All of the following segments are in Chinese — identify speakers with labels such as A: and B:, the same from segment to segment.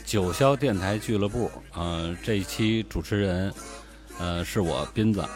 A: 九霄电台俱乐部，这一期主持人，是我斌子。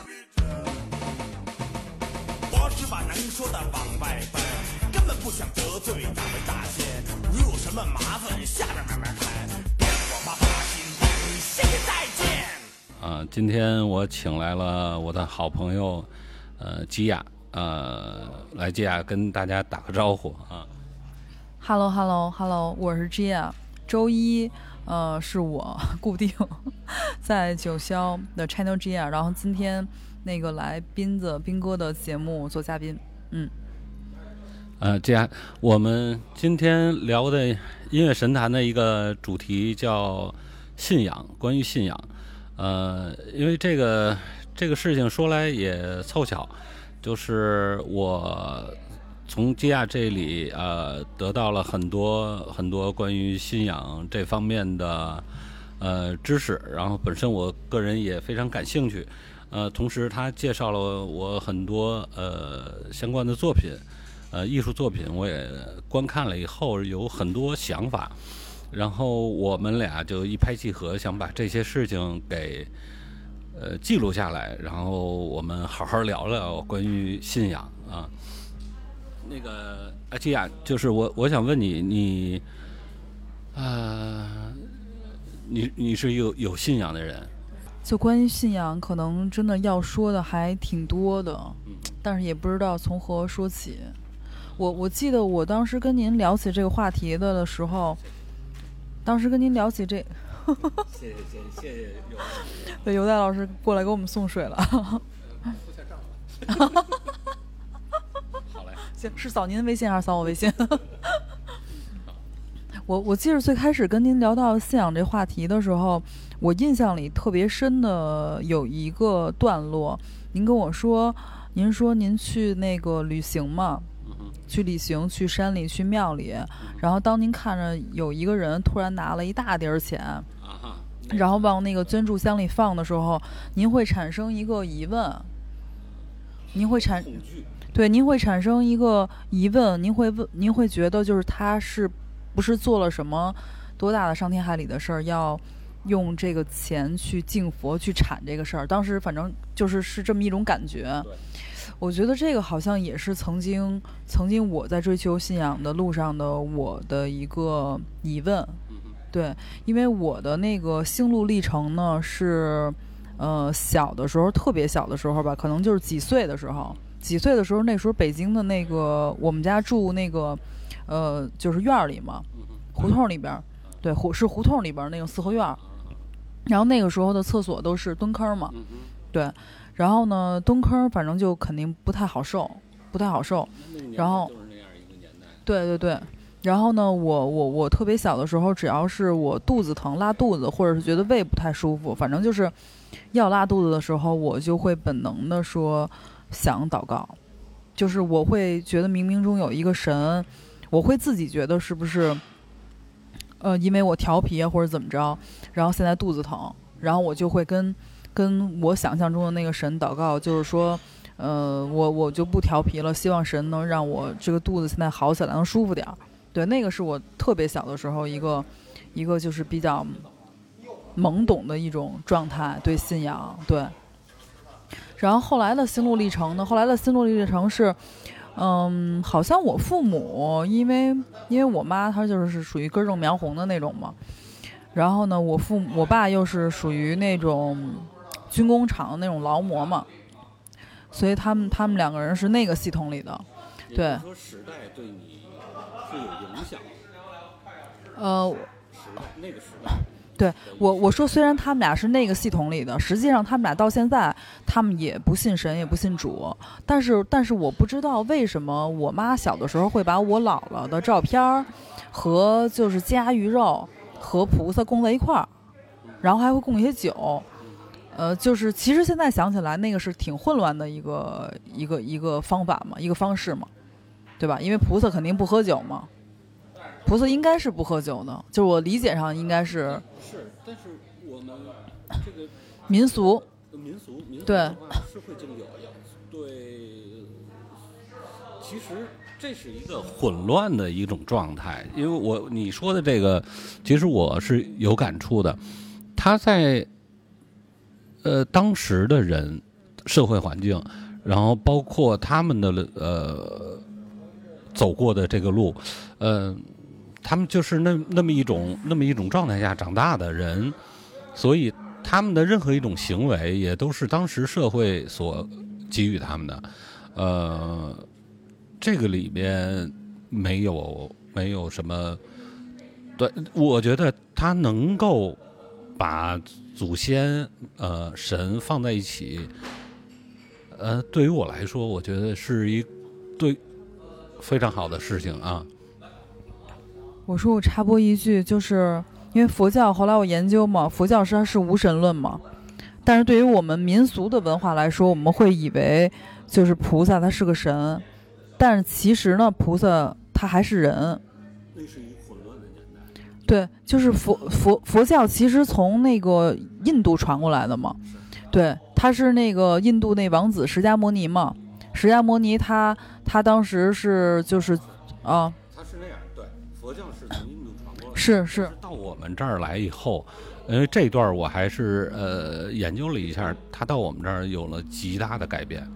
B: 我是把能说的往外奔，根本不想得罪大为大仙。如有什么麻烦，下边慢慢谈。别我妈八心帮你，谢谢再见。
A: 今天我请来了我的好朋友，基亚，来基亚跟大家打个招呼啊。
C: Hello， 我是 Gia。周一，是我固定在九霄的 Channel Gia， 然后今天那个来斌哥的节目做嘉宾。
A: Gia，我们今天聊的音乐神坛的一个主题叫信仰，关于信仰。因为这个事情说来也凑巧，就是我从基亚这里得到了很多关于信仰这方面的知识，然后本身我个人也非常感兴趣，同时他介绍了我很多相关的作品，艺术作品我也观看了以后有很多想法，然后我们俩就一拍即合，想把这些事情给记录下来，然后我们好好聊聊关于信仰啊。那个阿基亚，就是我想问你，你是有信仰的人？
C: 就关于信仰，可能真的要说的还挺多的，但是也不知道从何说起。我记得我当时跟您聊起这个话题的时候，当时跟您聊起这，
A: 谢谢
C: 对，尤代老师过来给我们送水了。
A: 付下账吧。好嘞，
C: 行，是扫您微信还是扫我微信？我记得最开始跟您聊到信仰这话题的时候，我印象里特别深的有一个段落，您跟我说，您说您去那个旅行嘛，去旅行，去山里，去庙里，然后当您看着有一个人突然拿了一大叠钱，然后往那个捐助箱里放的时候，您会产生一个疑问，您会产生一个疑问，您会觉得就是他是不是做了什么多大的伤天害理的事儿，要用这个钱去敬佛去铲这个事儿？当时反正是这么一种感觉。我觉得这个好像也是曾经我在追求信仰的路上的我的一个疑问。对，因为我的那个心路历程呢是，小的时候，特别小的时候吧，可能就是几岁的时候，那时候北京的那个我们家住那个，就是院里嘛，胡同里边，对，是胡同里边那个四合院，然后那个时候的厕所都是蹲坑嘛，对。然后呢，蹲坑反正就肯定不太好受。然后，对。然后呢，我特别小的时候，只要是我肚子疼、拉肚子，或者是觉得胃不太舒服，反正就是要拉肚子的时候，我就会本能的说想祷告，就是我会觉得冥冥中有一个神，我会自己觉得是不是，因为我调皮啊或者怎么着，然后现在肚子疼，然后我就会跟我想象中的那个神祷告，就是说，我就不调皮了，希望神能让我这个肚子现在好起来，能舒服点儿。对，那个是我特别小的时候一个就是比较懵懂的一种状态，对信仰，对。然后后来的心路历程呢？是，好像我父母因为我妈她就是属于根正苗红的那种嘛，然后呢，我爸又是属于那种军工厂的那种劳模嘛，所以他们两个人是那个系统里的，对。
A: 说时代对你是有影响。那个时代。
C: 对，我说虽然他们俩是那个系统里的，实际上他们俩到现在他们也不信神也不信主，但是我不知道为什么我妈小的时候会把我姥姥的照片和就是家鱼肉和菩萨供在一块儿，然后还会供一些酒，就是其实现在想起来那个是挺混乱的一个方法嘛，一个方式嘛，对吧？因为菩萨肯定不喝酒嘛，菩萨应该是不喝酒的，就是我理解上应该是。
A: 是，但是我们这个
C: 民俗
A: 对是会敬酒的，对。其实这是一个混乱的一种状态，因为你说的这个，其实我是有感触的。他在当时的人社会环境，然后包括他们的走过的这个路，他们就是那么一种状态下长大的人，所以他们的任何一种行为也都是当时社会所给予他们的。这个里面没有什么，对，我觉得他能够把祖先神放在一起，对于我来说，我觉得是对非常好的事情啊。
C: 我说我插播一句，就是因为佛教后来我研究嘛，佛教它是无神论嘛，但是对于我们民俗的文化来说，我们会以为就是菩萨他是个神，但是其实呢，菩萨他还是人。
A: 那是一个混乱的年代。
C: 对，就是佛教其实从那个印度传过来的嘛。对，他是那个印度那王子释迦牟尼嘛。释迦牟尼他当时是就是啊。
A: 他是那样，对，佛教是从印度传过来的。
C: 是
A: 到我们这儿来以后，因为这段我还是研究了一下，他到我们这儿有了极大的改变。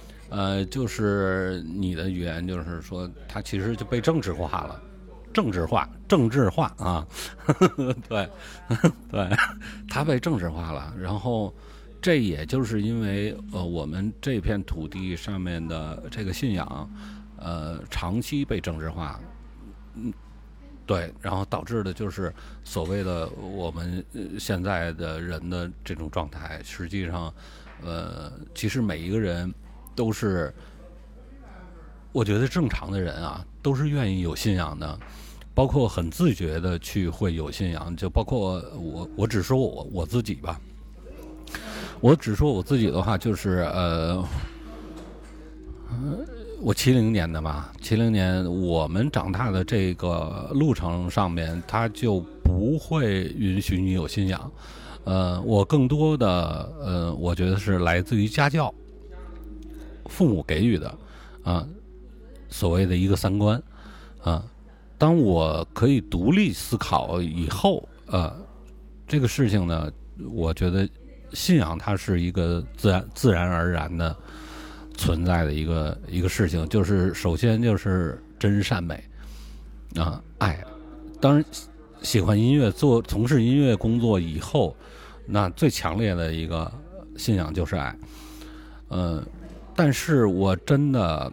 A: 就是你的语言，就是说，它其实就被政治化了，政治化啊，对，对，它被政治化了。然后，这也就是因为我们这片土地上面的这个信仰，长期被政治化，对，然后导致的就是所谓的我们现在的人的这种状态。实际上，其实每一个人都是，我觉得正常的人啊，都是愿意有信仰的，包括很自觉的去会有信仰。就包括我只说我自己吧，我只说我自己的话，就是我70年的嘛，70年我们长大的这个路程上面，它就不会允许你有信仰。我更多的我觉得是来自于家教。父母给予的所谓的一个三观当我可以独立思考以后这个事情呢，我觉得信仰它是一个自然而然的存在的一个事情。就是首先就是真善美爱。当然喜欢音乐，从事音乐工作以后，那最强烈的一个信仰就是爱。但是我真的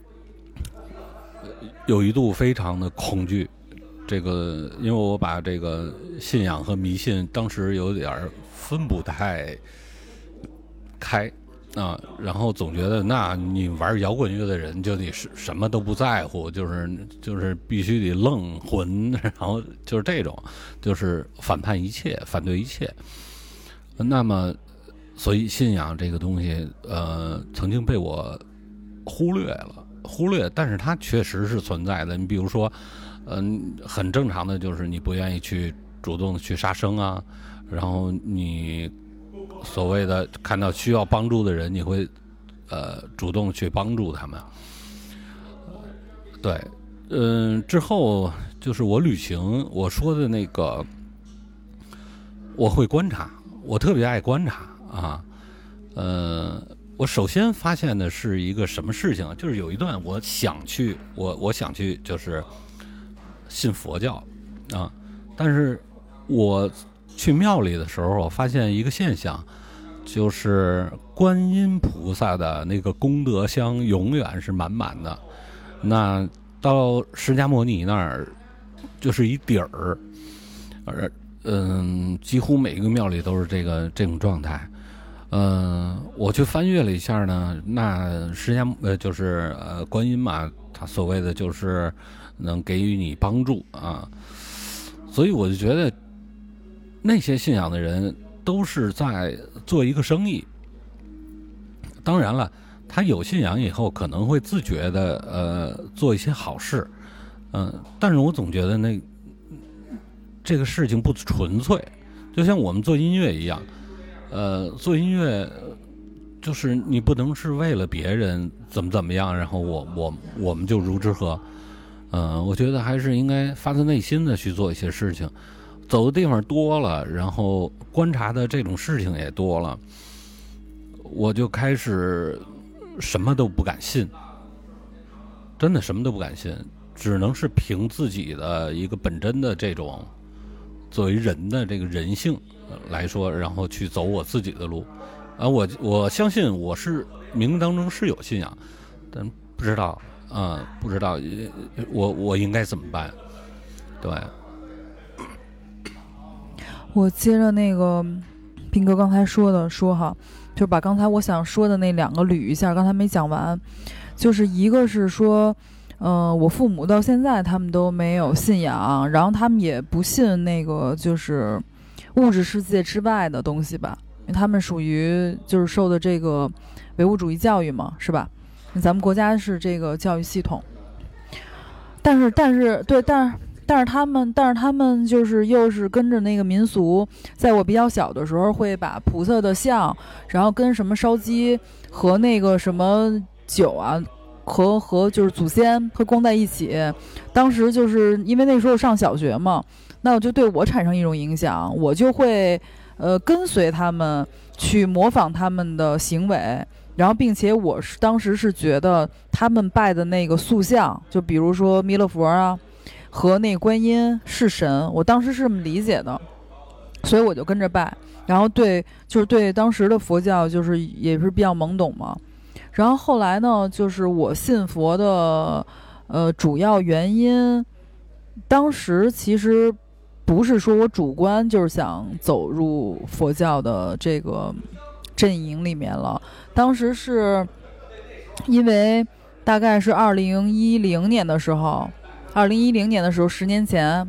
A: 有一度非常的恐惧，这个因为我把这个信仰和迷信当时有点分不太开然后总觉得那你玩摇滚乐的人就得什么都不在乎，就是必须得愣混，然后就是这种，就是反叛一切，反对一切。那么所以信仰这个东西曾经被我忽略，但是它确实是存在的。你比如说很正常的就是你不愿意去主动去杀生啊，然后你所谓的看到需要帮助的人，你会主动去帮助他们。对，之后就是我旅行，我说的那个我会观察，我特别爱观察我首先发现的是一个什么事情，就是有一段我想去就是信佛教但是我去庙里的时候，我发现一个现象，就是观音菩萨的那个功德箱永远是满满的，那到释迦牟尼那儿就是一底儿，几乎每个庙里都是这种状态。我去翻阅了一下呢，那释迦就是观音嘛，他所谓的就是能给予你帮助所以我就觉得那些信仰的人都是在做一个生意。当然了，他有信仰以后可能会自觉的做一些好事，但是我总觉得这个事情不纯粹，就像我们做音乐一样。做音乐就是你不能是为了别人怎么样，然后我们就如之何。我觉得还是应该发自内心的去做一些事情。走的地方多了，然后观察的这种事情也多了，我就开始什么都不敢信，真的什么都不敢信，只能是凭自己的一个本真的这种作为人的这个人性来说，然后去走我自己的路。我相信我是冥冥当中是有信仰，但不知道我应该怎么办？对。
C: 我接着那个斌哥刚才说哈，就把刚才我想说的那2个捋一下，刚才没讲完。就是一个是说，我父母到现在他们都没有信仰，然后他们也不信那个就是物质世界之外的东西吧，因为他们属于就是受的这个唯物主义教育嘛，是吧？咱们国家是这个教育系统，但是他们就是又是跟着那个民俗，在我比较小的时候会把菩萨的像，然后跟什么烧鸡和那个什么酒啊，和就是祖先会供在一起。当时就是因为那时候上小学嘛，那我就对我产生一种影响，我就会跟随他们去模仿他们的行为。然后并且我当时是觉得他们拜的那个塑像，就比如说弥勒佛啊和那观音是神，我当时是这么理解的，所以我就跟着拜。然后就是对当时的佛教就是也是比较懵懂嘛。然后后来呢，就是我信佛的主要原因，当时其实不是说我主观就是想走入佛教的这个阵营里面了，当时是因为大概是2010年的时候，10年前。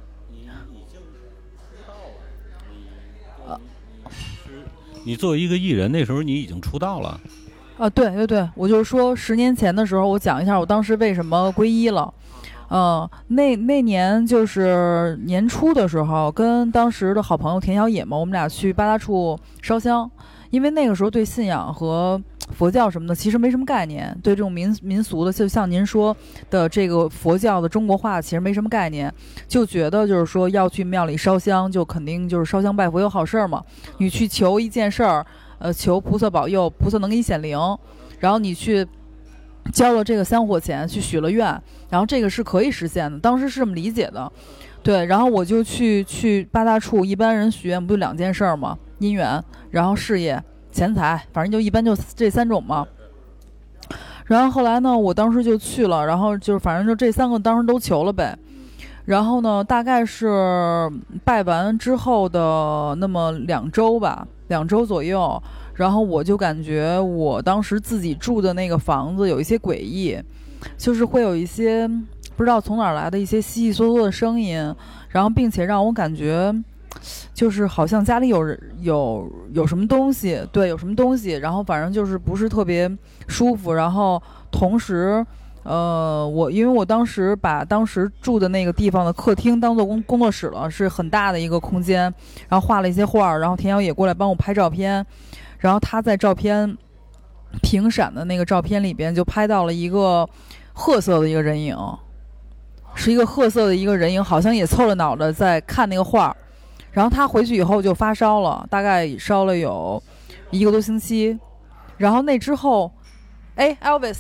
A: 你作为一个艺人，那时候你已经出道了。
C: 对，我就是说10年前的时候，我讲一下我当时为什么皈依了。那年就是年初的时候，跟当时的好朋友田小野嘛，我们俩去八大处烧香。因为那个时候对信仰和佛教什么的其实没什么概念，对这种民俗的，就像您说的这个佛教的中国化其实没什么概念，就觉得就是说要去庙里烧香，就肯定就是烧香拜佛有好事嘛。你去求一件事儿，求菩萨保佑，菩萨能给你显灵，然后你去交了这个香火钱，去许了愿，然后这个是可以实现的，当时是这么理解的。对，然后我就去八大处，一般人许愿不就2件事嘛，姻缘，然后事业、钱财，反正就一般就这3种嘛。然后后来呢，我当时就去了，然后就是反正就这3个当时都求了呗。然后呢，大概是拜完之后的那么2周吧，2周左右，然后我就感觉我当时自己住的那个房子有一些诡异，就是会有一些不知道从哪儿来的一些悉悉嗦嗦的声音，然后并且让我感觉就是好像家里有什么东西，对，有什么东西，然后反正就是不是特别舒服。然后同时因为我当时把当时住的那个地方的客厅当做工作室了，是很大的一个空间，然后画了一些画，然后田小野过来帮我拍照片，然后他在照片屏闪的那个照片里边就拍到了一个褐色的一个人影，是一个褐色的一个人影，好像也凑着脑袋在看那个画。然后他回去以后就发烧了，大概烧了有1个多星期。然后那之后Elvis，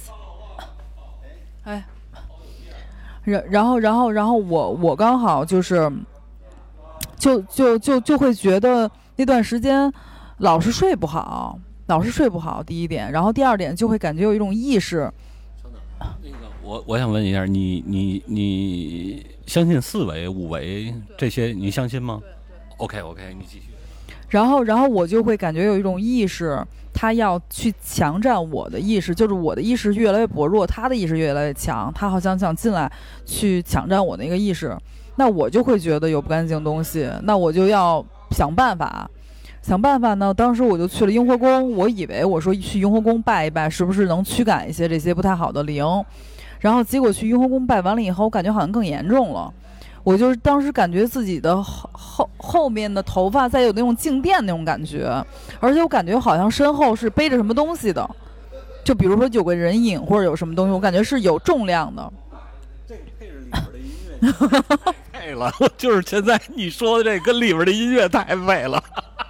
C: 然后我刚好就是就会觉得那段时间老是睡不好，第一点，然后第二点就会感觉有一种意识。
A: 那个我想问一下，你相信4维、5维这些，你相信吗？OK， 你继续。
C: 然后我就会感觉有一种意识，他要去强占我的意识，就是我的意识越来越薄弱，他的意识越来越强，他好像想进来去抢占我的一个意识。那我就会觉得有不干净东西，那我就要想办法呢。当时我就去了雍和宫，我以为我说去雍和宫拜一拜，是不是能驱赶一些这些不太好的灵，然后结果去雍和宫拜完了以后，我感觉好像更严重了。我就是当时感觉自己的后面的头发再有那种静电那种感觉，而且我感觉好像身后是背着什么东西的，就比如说有个人影或者有什么东西，我感觉是有重量的。
A: 这个配着里边的音乐太配了，就是现在你说的这跟里边的音乐太配了。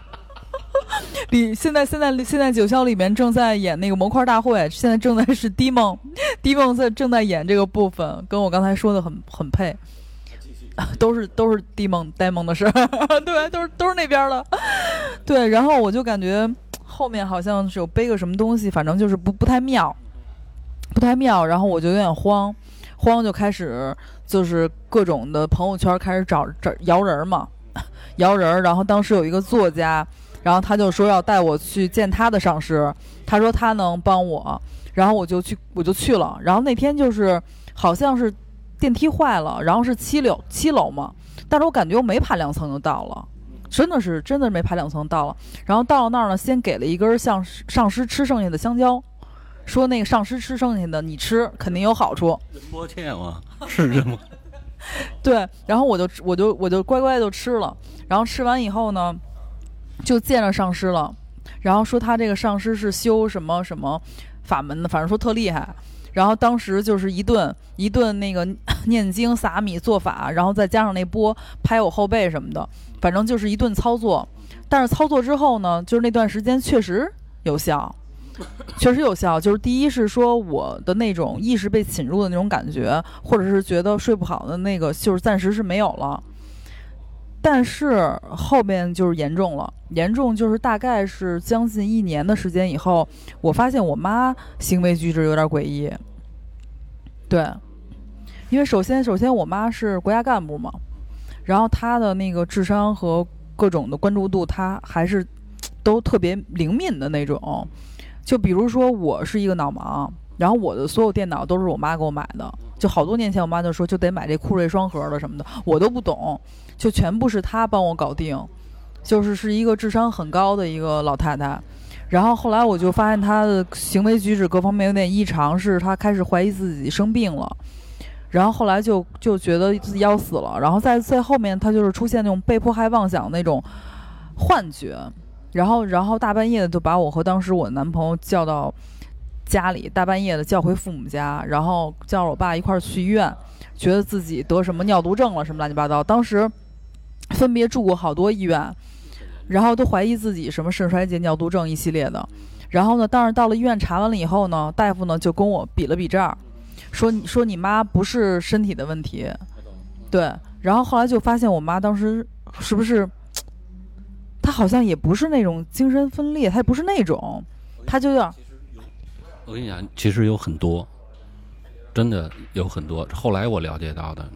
C: 现在九霄里面正在演那个模块大会，现在正在是低梦正在演这个部分，跟我刚才说的很配，都是低梦呆萌的事对，都是那边的，对，然后我就感觉后面好像是有背个什么东西，反正就是不太妙，然后我就有点慌，就开始就是各种的朋友圈开始找摇人嘛，然后当时有一个作家。然后他就说要带我去见他的上师，他说他能帮我，然后我就去了。然后那天就是好像是电梯坏了，然后是七楼嘛，但是我感觉我没爬2层就到了，真的没爬2层到了。然后到了那儿呢，先给了一根上师吃剩下的香蕉，说那个上师吃剩下的你吃肯定有好处。
A: 仁波切吗？是这么？
C: 对，然后我就乖乖就吃了，然后吃完以后呢。就见着上师了，然后说他这个上师是修什么什么法门的，反正说特厉害。然后当时就是一顿那个念经撒米做法，然后再加上那波拍我后背什么的，反正就是一顿操作。但是操作之后呢，就是那段时间确实有效。就是第一是说我的那种意识被侵入的那种感觉，或者是觉得睡不好的那个，就是暂时是没有了。但是后面就是严重就是大概是将近1年的时间以后，我发现我妈行为举止有点诡异。对，因为首先我妈是国家干部嘛，然后她的那个智商和各种的关注度，她还是都特别灵敏的那种。就比如说我是一个脑盲，然后我的所有电脑都是我妈给我买的，就好多年前我妈就说就得买这酷睿双核的什么的，我都不懂，就全部是她帮我搞定，是一个智商很高的一个老太太。然后后来我就发现她的行为举止各方面有点异常，是她开始怀疑自己生病了，然后后来就觉得自己要死了，然后在后面她就是出现那种被迫害妄想那种幻觉，然后大半夜的就把我和当时我男朋友叫到家里，大半夜的叫回父母家，然后叫我爸一块儿去医院，觉得自己得什么尿毒症了什么乱七八糟，当时分别住过好多医院，然后都怀疑自己什么肾衰竭、尿毒症一系列的。然后呢，但是到了医院查完了以后呢，大夫呢就跟我比了比这儿，说你妈不是身体的问题，对。然后后来就发现我妈当时是不是，她好像也不是那种精神分裂，她也不是那种，她就有点。
A: 我跟你讲，其实有很多，真的有很多。后来我了解到的，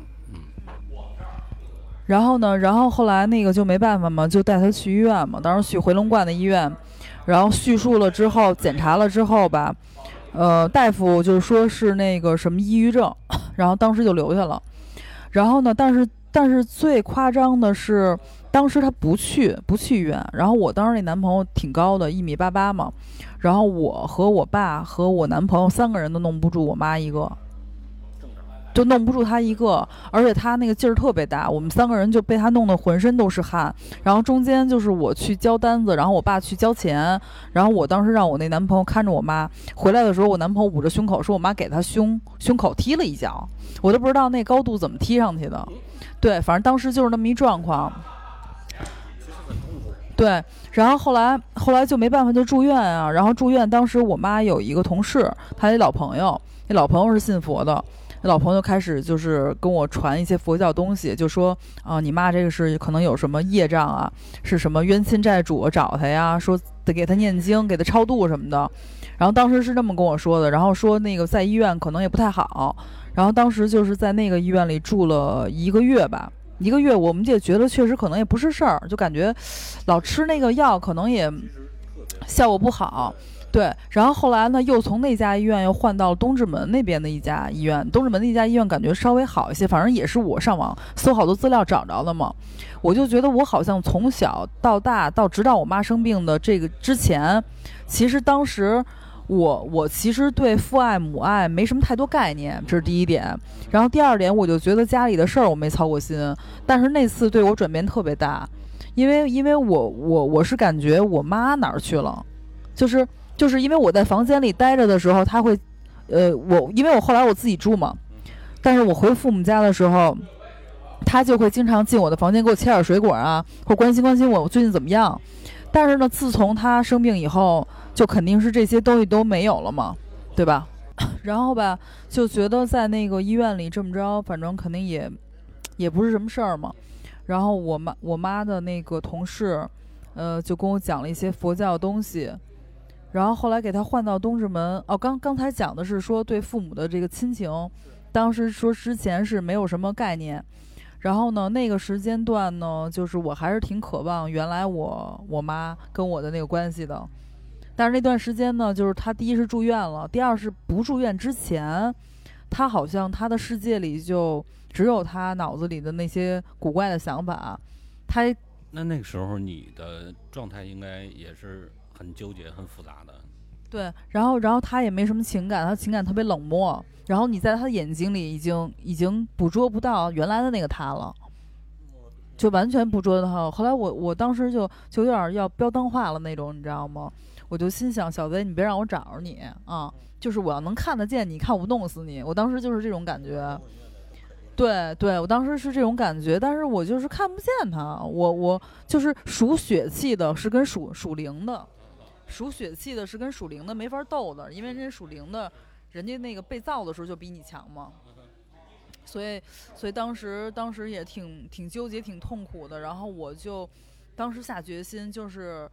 C: 然后后来那个就没办法嘛，就带他去医院嘛。当时去回龙观的医院，然后叙述了之后，检查了之后吧，大夫就说是那个什么抑郁症，然后当时就留下了。然后呢，但是最夸张的是，当时他不去医院，然后我当时那男朋友挺高的，1.88米嘛，然后我和我爸和我男朋友3个人都弄不住我妈一个，就弄不住他一个，而且他那个劲儿特别大，我们3个人就被他弄得浑身都是汗。然后中间就是我去交单子，然后我爸去交钱，然后我当时让我那男朋友看着我妈，回来的时候我男朋友捂着胸口说我妈给他胸口踢了一脚，我都不知道那高度怎么踢上去的。对，反正当时就是那么一状况。对，然后后来就没办法就住院啊，然后住院当时我妈有一个同事，她一老朋友，那老朋友是信佛的，那老朋友开始就是跟我传一些佛教东西，就说你妈这个是可能有什么业障啊，是什么冤亲债主找她呀，说得给她念经，给她超度什么的。然后当时是这么跟我说的，然后说那个在医院可能也不太好，然后当时就是在那个医院里住了1个月吧。1个月我们也觉得确实可能也不是事儿，就感觉老吃那个药可能也效果不好。对，然后后来呢又从那家医院又换到了东直门那边的一家医院，东直门那家医院感觉稍微好一些，反正也是我上网搜好多资料找着的嘛。我就觉得我好像从小到大到直到我妈生病的这个之前，其实当时我其实对父爱母爱没什么太多概念，这是第一点。然后第二点，我就觉得家里的事儿我没操过心，但是那次对我转变特别大。 因为我是感觉我妈哪儿去了，就是因为我在房间里待着的时候，她会，因为我后来我自己住嘛，但是我回父母家的时候，她就会经常进我的房间给我切点水果啊，或关心关心我最近怎么样。但是呢，自从她生病以后，就肯定是这些东西都没有了嘛，对吧？然后吧，就觉得在那个医院里这么着，反正肯定也不是什么事儿嘛。然后我妈的那个同事，就跟我讲了一些佛教的东西。然后后来给她换到东直门。哦，刚才讲的是说对父母的这个亲情，当时说之前是没有什么概念。然后呢，那个时间段呢，就是我还是挺渴望原来我妈跟我的那个关系的。但是那段时间呢，就是她第一是住院了，第二是不住院之前，她好像她的世界里就只有她脑子里的那些古怪的想法。
A: 那个时候你的状态应该也是很纠结、很复杂的。
C: 对，然后她也没什么情感，她情感特别冷漠。然后你在她的眼睛里已经捕捉不到原来的那个她了，就完全捕捉到。后来我当时就有点要飙脏话了那种，你知道吗？我就心想，小贼，你别让我找着你啊！就是我要能看得见你，看我弄死你。我当时就是这种感觉。对，我当时是这种感觉，但是我就是看不见他。我就是属血气的，是跟属灵的，属血气的是跟属灵的没法斗的，因为人家属灵的，人家那个被造的时候就比你强嘛。所以当时也挺纠结、挺痛苦的。然后我就当时下决心，就是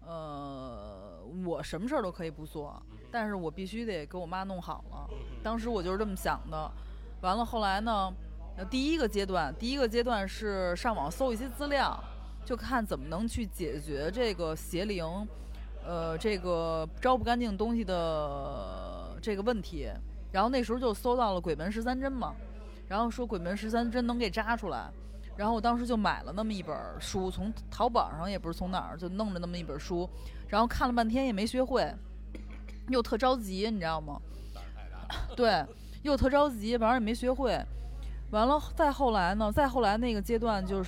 C: 我什么事儿都可以不做，但是我必须得给我妈弄好了。当时我就是这么想的。完了后来呢，第一个阶段是上网搜一些资料，就看怎么能去解决这个邪灵，这个招不干净东西的这个问题。然后那时候就搜到了鬼门13针嘛，然后说鬼门13针能给扎出来。然后我当时就买了那么一本书，从淘宝上也不是从哪儿就弄了那么一本书，然后看了半天也没学会，又特着急，你知道吗？对，又特着急，反正也没学会。完了再后来那个阶段就是，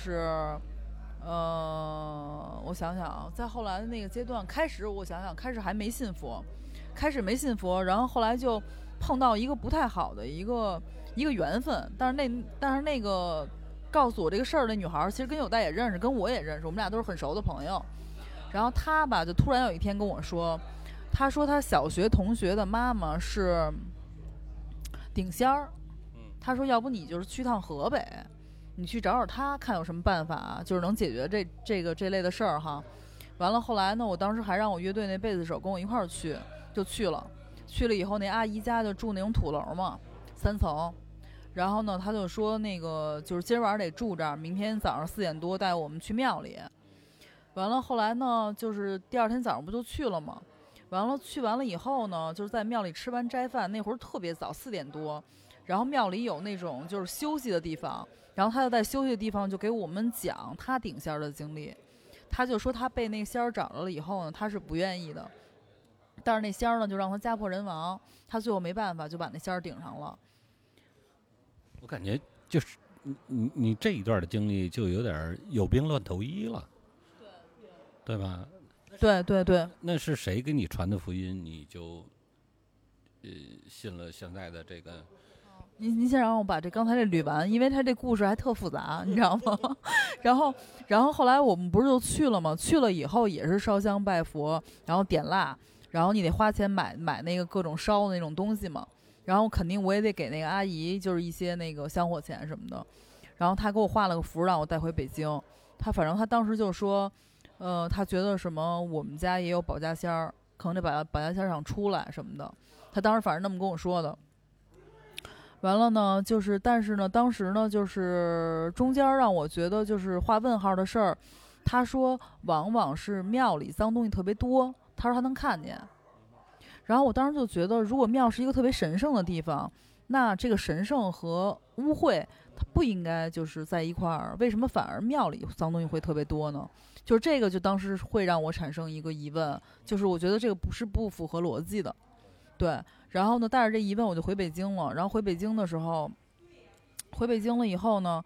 C: 我想想，在后来的那个阶段开始还没信佛，然后后来就碰到一个不太好的一个缘分，但是那个告诉我这个事儿的女孩，其实跟有代也认识，跟我也认识，我们俩都是很熟的朋友。然后她吧，就突然有一天跟我说，她说她小学同学的妈妈是顶仙儿，她说要不你就是去趟河北，你去找找她，看有什么办法，就是能解决这类的事儿哈。完了后来呢，我当时还让我乐队那贝斯手跟我一块儿去，就去了以后，那阿姨家就住那种土楼嘛，3层。然后呢，他就说那个就是今儿晚上得住这儿，明天早上4点多带我们去庙里。完了后来呢，就是第二天早上不就去了吗？去完了以后呢，就是在庙里吃完斋饭，那会儿特别早，4点多。然后庙里有那种就是休息的地方，然后他就在休息的地方就给我们讲他顶仙儿的经历。他就说他被那个仙儿找着了以后呢，他是不愿意的，但是那仙儿呢就让他家破人亡，他最后没办法就把那仙儿顶上了。
A: 我感觉就是你这一段的经历就有点有病乱投医了，对吧？
C: 对。
A: 那是谁给你传的福音，你就信了现在的这个？
C: 您先让我把刚才这捋完，因为他这故事还特复杂，你知道吗？然后后来我们不是就去了吗？去了以后也是烧香拜佛，然后点蜡，然后你得花钱买那个各种烧的那种东西嘛。然后肯定我也得给那个阿姨就是一些那个香火钱什么的。然后他给我画了个符让我带回北京。反正他当时就说，他觉得什么我们家也有保家仙儿，可能得把保家仙儿想出来什么的。他当时反正那么跟我说的。完了呢，就是但是呢，当时呢，就是中间让我觉得就是画问号的事儿。他说往往是庙里脏东西特别多，他说他能看见。然后我当时就觉得，如果庙是一个特别神圣的地方，那这个神圣和污秽它不应该就是在一块儿，为什么反而庙里脏东西会特别多呢？就是这个就当时会让我产生一个疑问，就是我觉得这个不符合逻辑的。对，然后呢，带着这疑问我就回北京了。然后回北京的时候，回北京了以后呢，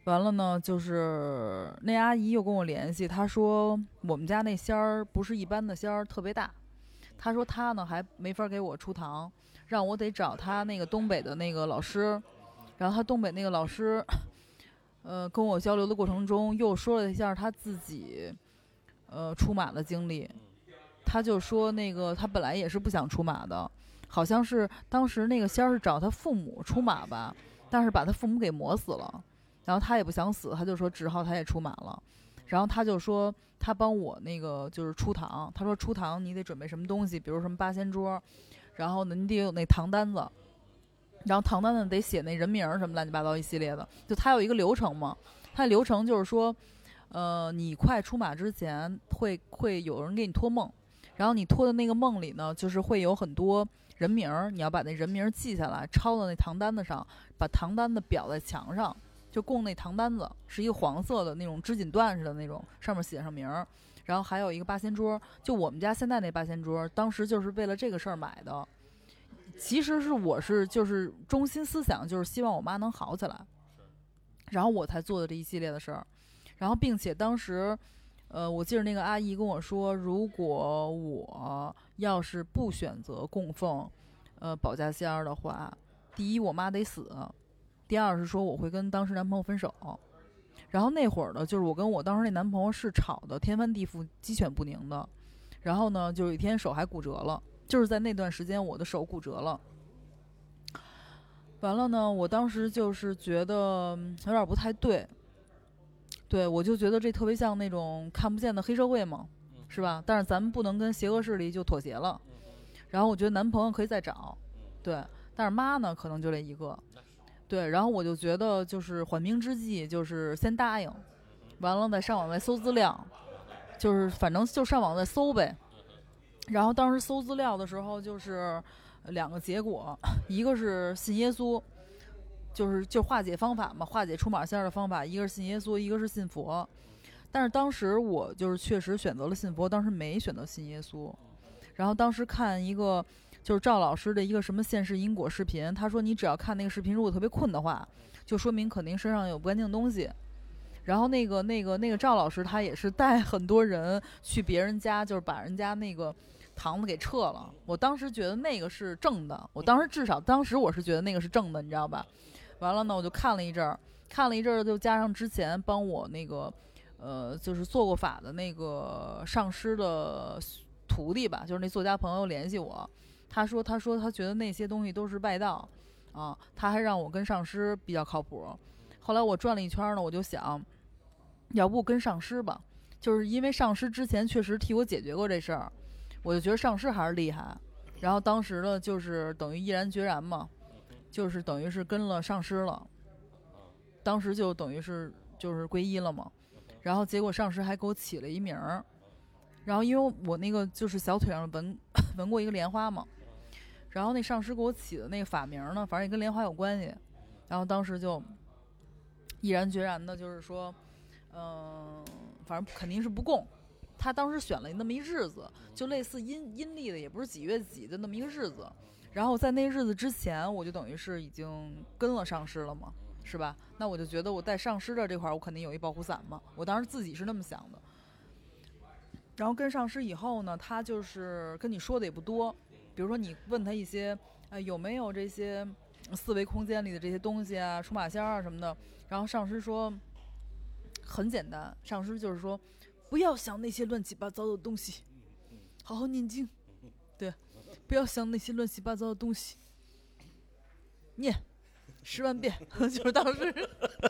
C: 完了呢，就是那阿姨又跟我联系，她说我们家那仙儿不是一般的仙儿，特别大。她说她呢还没法给我出堂，让我得找她那个东北的那个老师。然后她东北那个老师，跟我交流的过程中又说了一下她自己，出马的经历。她就说那个她本来也是不想出马的，好像是当时那个仙儿是找她父母出马吧，但是把她父母给磨死了。然后他也不想死，他就说只好他也出马了。然后他就说他帮我那个就是出堂，他说出堂你得准备什么东西，比如什么八仙桌，然后呢你得有那堂单子，然后堂单子得写那人名什么乱七八糟一系列的，就他有一个流程嘛。他的流程就是说，你快出马之前会有人给你托梦，然后你托的那个梦里呢，就是会有很多人名，你要把那人名记下来，抄到那堂单子上，把堂单子裱在墙上。就供那堂单子是一个黄色的那种织锦缎似的那种，上面写上名儿，然后还有一个八仙桌，就我们家现在那八仙桌，当时就是为了这个事儿买的。其实我是就是中心思想就是希望我妈能好起来，然后我才做的这一系列的事儿。然后并且当时，我记得那个阿姨跟我说，如果我要是不选择供奉，保家仙儿的话，第一我妈得死。第二是说我会跟当时男朋友分手，然后那会儿呢，就是我跟我当时那男朋友是吵的天翻地覆、鸡犬不宁的，然后呢，就有一天手还骨折了，就是在那段时间我的手骨折了。完了呢，我当时就是觉得有点不太对，对我就觉得这特别像那种看不见的黑社会嘛，是吧？但是咱们不能跟邪恶势力就妥协了。然后我觉得男朋友可以再找，对，但是妈呢，可能就这一个。对，然后我就觉得就是缓兵之计，就是先答应，完了再上网再搜资料，就是反正就上网再搜呗。然后当时搜资料的时候，就是两个结果，一个是信耶稣，就化解方法嘛，化解出马仙的方法，一个是信耶稣，一个是信佛。但是当时我就是确实选择了信佛，当时没选择信耶稣。然后当时看一个就是赵老师的一个什么现世因果视频，他说你只要看那个视频，如果特别困的话，就说明肯定身上有不干净的东西。然后那个赵老师他也是带很多人去别人家，就是把人家那个堂子给撤了。我当时觉得那个是正的，我当时至少当时我是觉得那个是正的，你知道吧？完了呢，我就看了一阵儿，就加上之前帮我那个就是做过法的那个上师的徒弟吧，就是那作家朋友联系我。他说他觉得那些东西都是外道啊，他还让我跟上师比较靠谱。后来我转了一圈呢，我就想要不跟上师吧，就是因为上师之前确实替我解决过这事儿，我就觉得上师还是厉害。然后当时呢，就是等于毅然决然嘛，就是等于是跟了上师了，当时就等于是就是皈依了嘛。然后结果上师还给我起了一名儿，然后因为我那个就是小腿上纹过一个莲花嘛，然后那上师给我起的那个法名呢，反正也跟莲花有关系。然后当时就毅然决然的，就是说，反正肯定是不供。他当时选了那么一日子，就类似阴历的，也不是几月几的那么一个日子。然后在那日子之前，我就等于是已经跟了上师了嘛，是吧？那我就觉得我带上师的这块，我肯定有一保护伞嘛。我当时自己是那么想的。然后跟上师以后呢，他就是跟你说的也不多，比如说你问他一些，有没有这些四维空间里的这些东西啊，出马仙啊什么的。然后上师说很简单，上师就是说不要想那些乱七八糟的东西，好好念经，对，不要想那些乱七八糟的东西，念10万遍，就是当时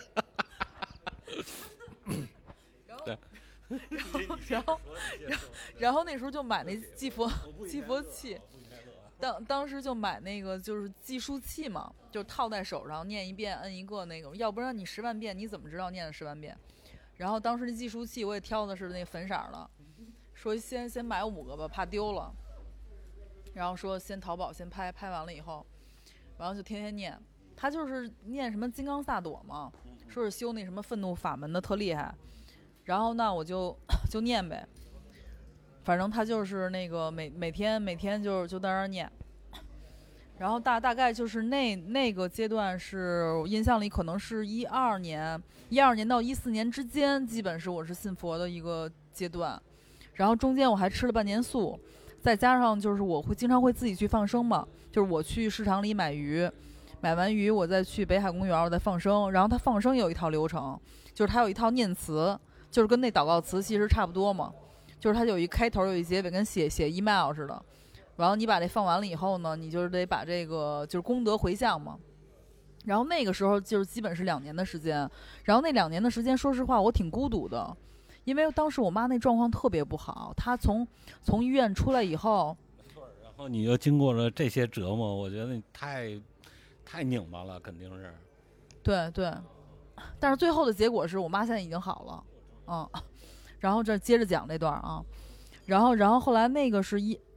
C: 然后那时候就买那祭佛器，当时就买那个就是计数器嘛，就套在手上念一遍摁一个那种，要不然你10万遍你怎么知道念了10万遍？然后当时那计数器我也挑的是那粉色的，说先买5个吧，怕丢了。然后说先淘宝先拍完了以后，然后就天天念。他就是念什么金刚萨埵嘛，说是修那什么愤怒法门的特厉害。然后那我就念呗，反正他就是那个每天就在那儿念。 然后大概就是那个阶段是我印象里可能是12年到14年之间，基本是我是信佛的一个阶段。然后中间我还吃了半年素，再加上就是我经常会自己去放生嘛，就是我去市场里买鱼，买完鱼我再去北海公园我再放生。然后它放生有一套流程，就是它有一套念词，就是跟那祷告词其实差不多嘛，就是它有一开头有一结尾，跟写 email 似的。然后你把这放完了以后呢，你就是得把这个就是功德回向嘛。然后那个时候就是基本是2年的时间，然后那2年的时间说实话我挺孤独的，因为当时我妈那状况特别不好，她从医院出来以后，
A: 然后你又经过了这些折磨，我觉得你太拧巴了，肯定是。
C: 对，但是最后的结果是我妈现在已经好了，然后这接着讲这段啊，然后后来那个是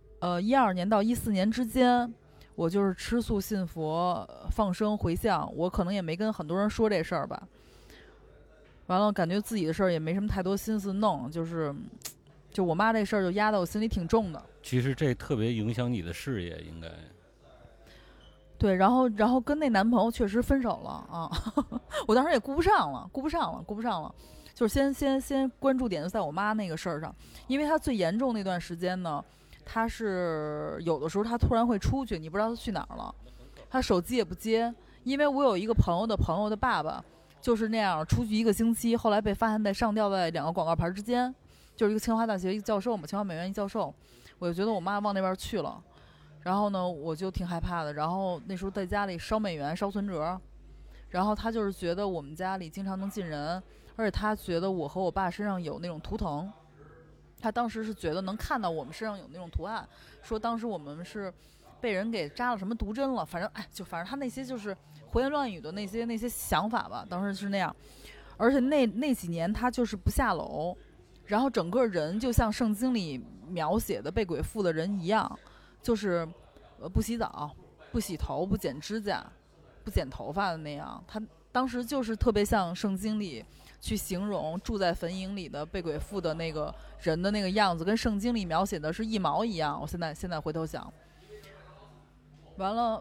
C: 12年到14年之间，我就是吃素信佛放生回向，我可能也没跟很多人说这事儿吧。完了，感觉自己的事儿也没什么太多心思弄，就我妈这事儿就压到我心里挺重的。
A: 其实这特别影响你的事业，应该。
C: 对，然后跟那男朋友确实分手了啊，我当时也顾不上了，就是先关注点就在我妈那个事儿上，因为她最严重那段时间呢，她是有的时候她突然会出去，你不知道她去哪儿了，她手机也不接，因为我有一个朋友的爸爸就是那样出去1个星期，后来被发现上吊在2个广告牌之间，就是一个清华大学一个教授嘛，清华美院一教授，我就觉得我妈往那边去了。然后呢，我就挺害怕的。然后那时候在家里烧美元、烧存折，然后他就是觉得我们家里经常能进人，而且他觉得我和我爸身上有那种图腾，他当时是觉得能看到我们身上有那种图案，说当时我们是被人给扎了什么毒针了，反正他那些就是胡言乱语的那些想法吧，当时是那样。而且那几年他就是不下楼，然后整个人就像圣经里描写的被鬼附的人一样。就是不洗澡、不洗头、不剪指甲、不剪头发的那样，他当时就是特别像圣经里去形容住在坟茔里的被鬼附的那个人的那个样子，跟圣经里描写的是一毛一样。我现在回头想，完了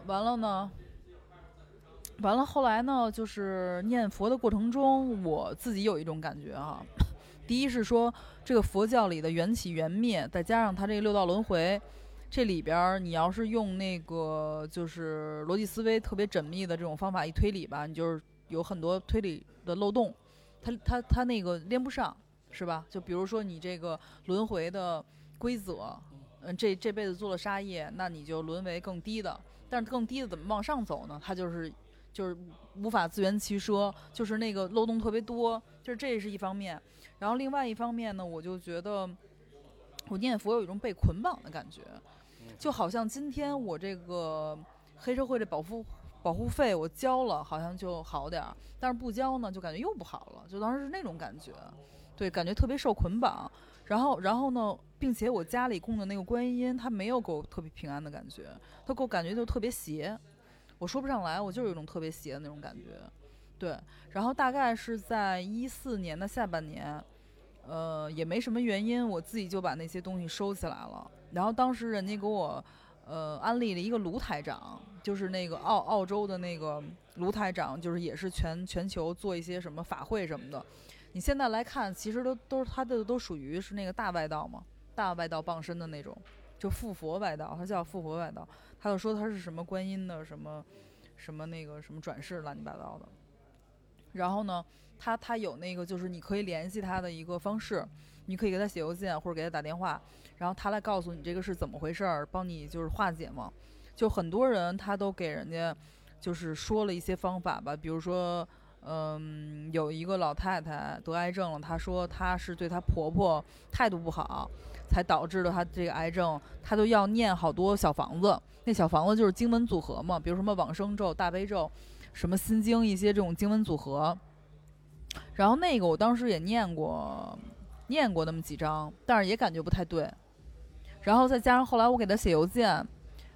C: 后来呢，就是念佛的过程中，我自己有一种感觉啊。第一是说这个佛教里的缘起缘灭，再加上它这个6道轮回。这里边你要是用那个就是逻辑思维特别缜密的这种方法一推理吧，你就是有很多推理的漏洞，它那个连不上，是吧？就比如说你这个轮回的规则，这辈子做了杀业，那你就沦为更低的，但是更低的怎么往上走呢？它就是无法自圆其说，就是那个漏洞特别多，就是这是一方面。然后另外一方面呢，我就觉得我念佛有一种被捆绑的感觉。就好像今天我这个黑社会的保护费我交了，好像就好点儿，但是不交呢，就感觉又不好了，就当时是那种感觉，对，感觉特别受捆绑。然后呢，并且我家里供的那个观音，他没有给我特别平安的感觉，他给我感觉就特别邪，我说不上来，我就是有一种特别邪的那种感觉，对。然后大概是在14年的下半年。也没什么原因，我自己就把那些东西收起来了。然后当时人家给我，安利了一个卢台长，就是那个澳洲的那个卢台长，就是也是全球做一些什么法会什么的。你现在来看，其实都是他的都属于是那个大外道嘛，大外道傍身的那种，就复佛外道，他叫复佛外道。他就说他是什么观音的什么那个什么转世乱七八糟的。然后呢，他有那个就是你可以联系他的一个方式，你可以给他写邮件或者给他打电话，然后他来告诉你这个是怎么回事儿，帮你就是化解嘛。就很多人他都给人家就是说了一些方法吧，比如说有一个老太太得癌症了，她说她是对她婆婆态度不好才导致了她这个癌症，她都要念好多小房子，那小房子就是经文组合嘛，比如什么往生咒、大悲咒，什么心经，一些这种经文组合。然后那个我当时也念过那么几张，但是也感觉不太对。然后再加上后来我给他写邮件，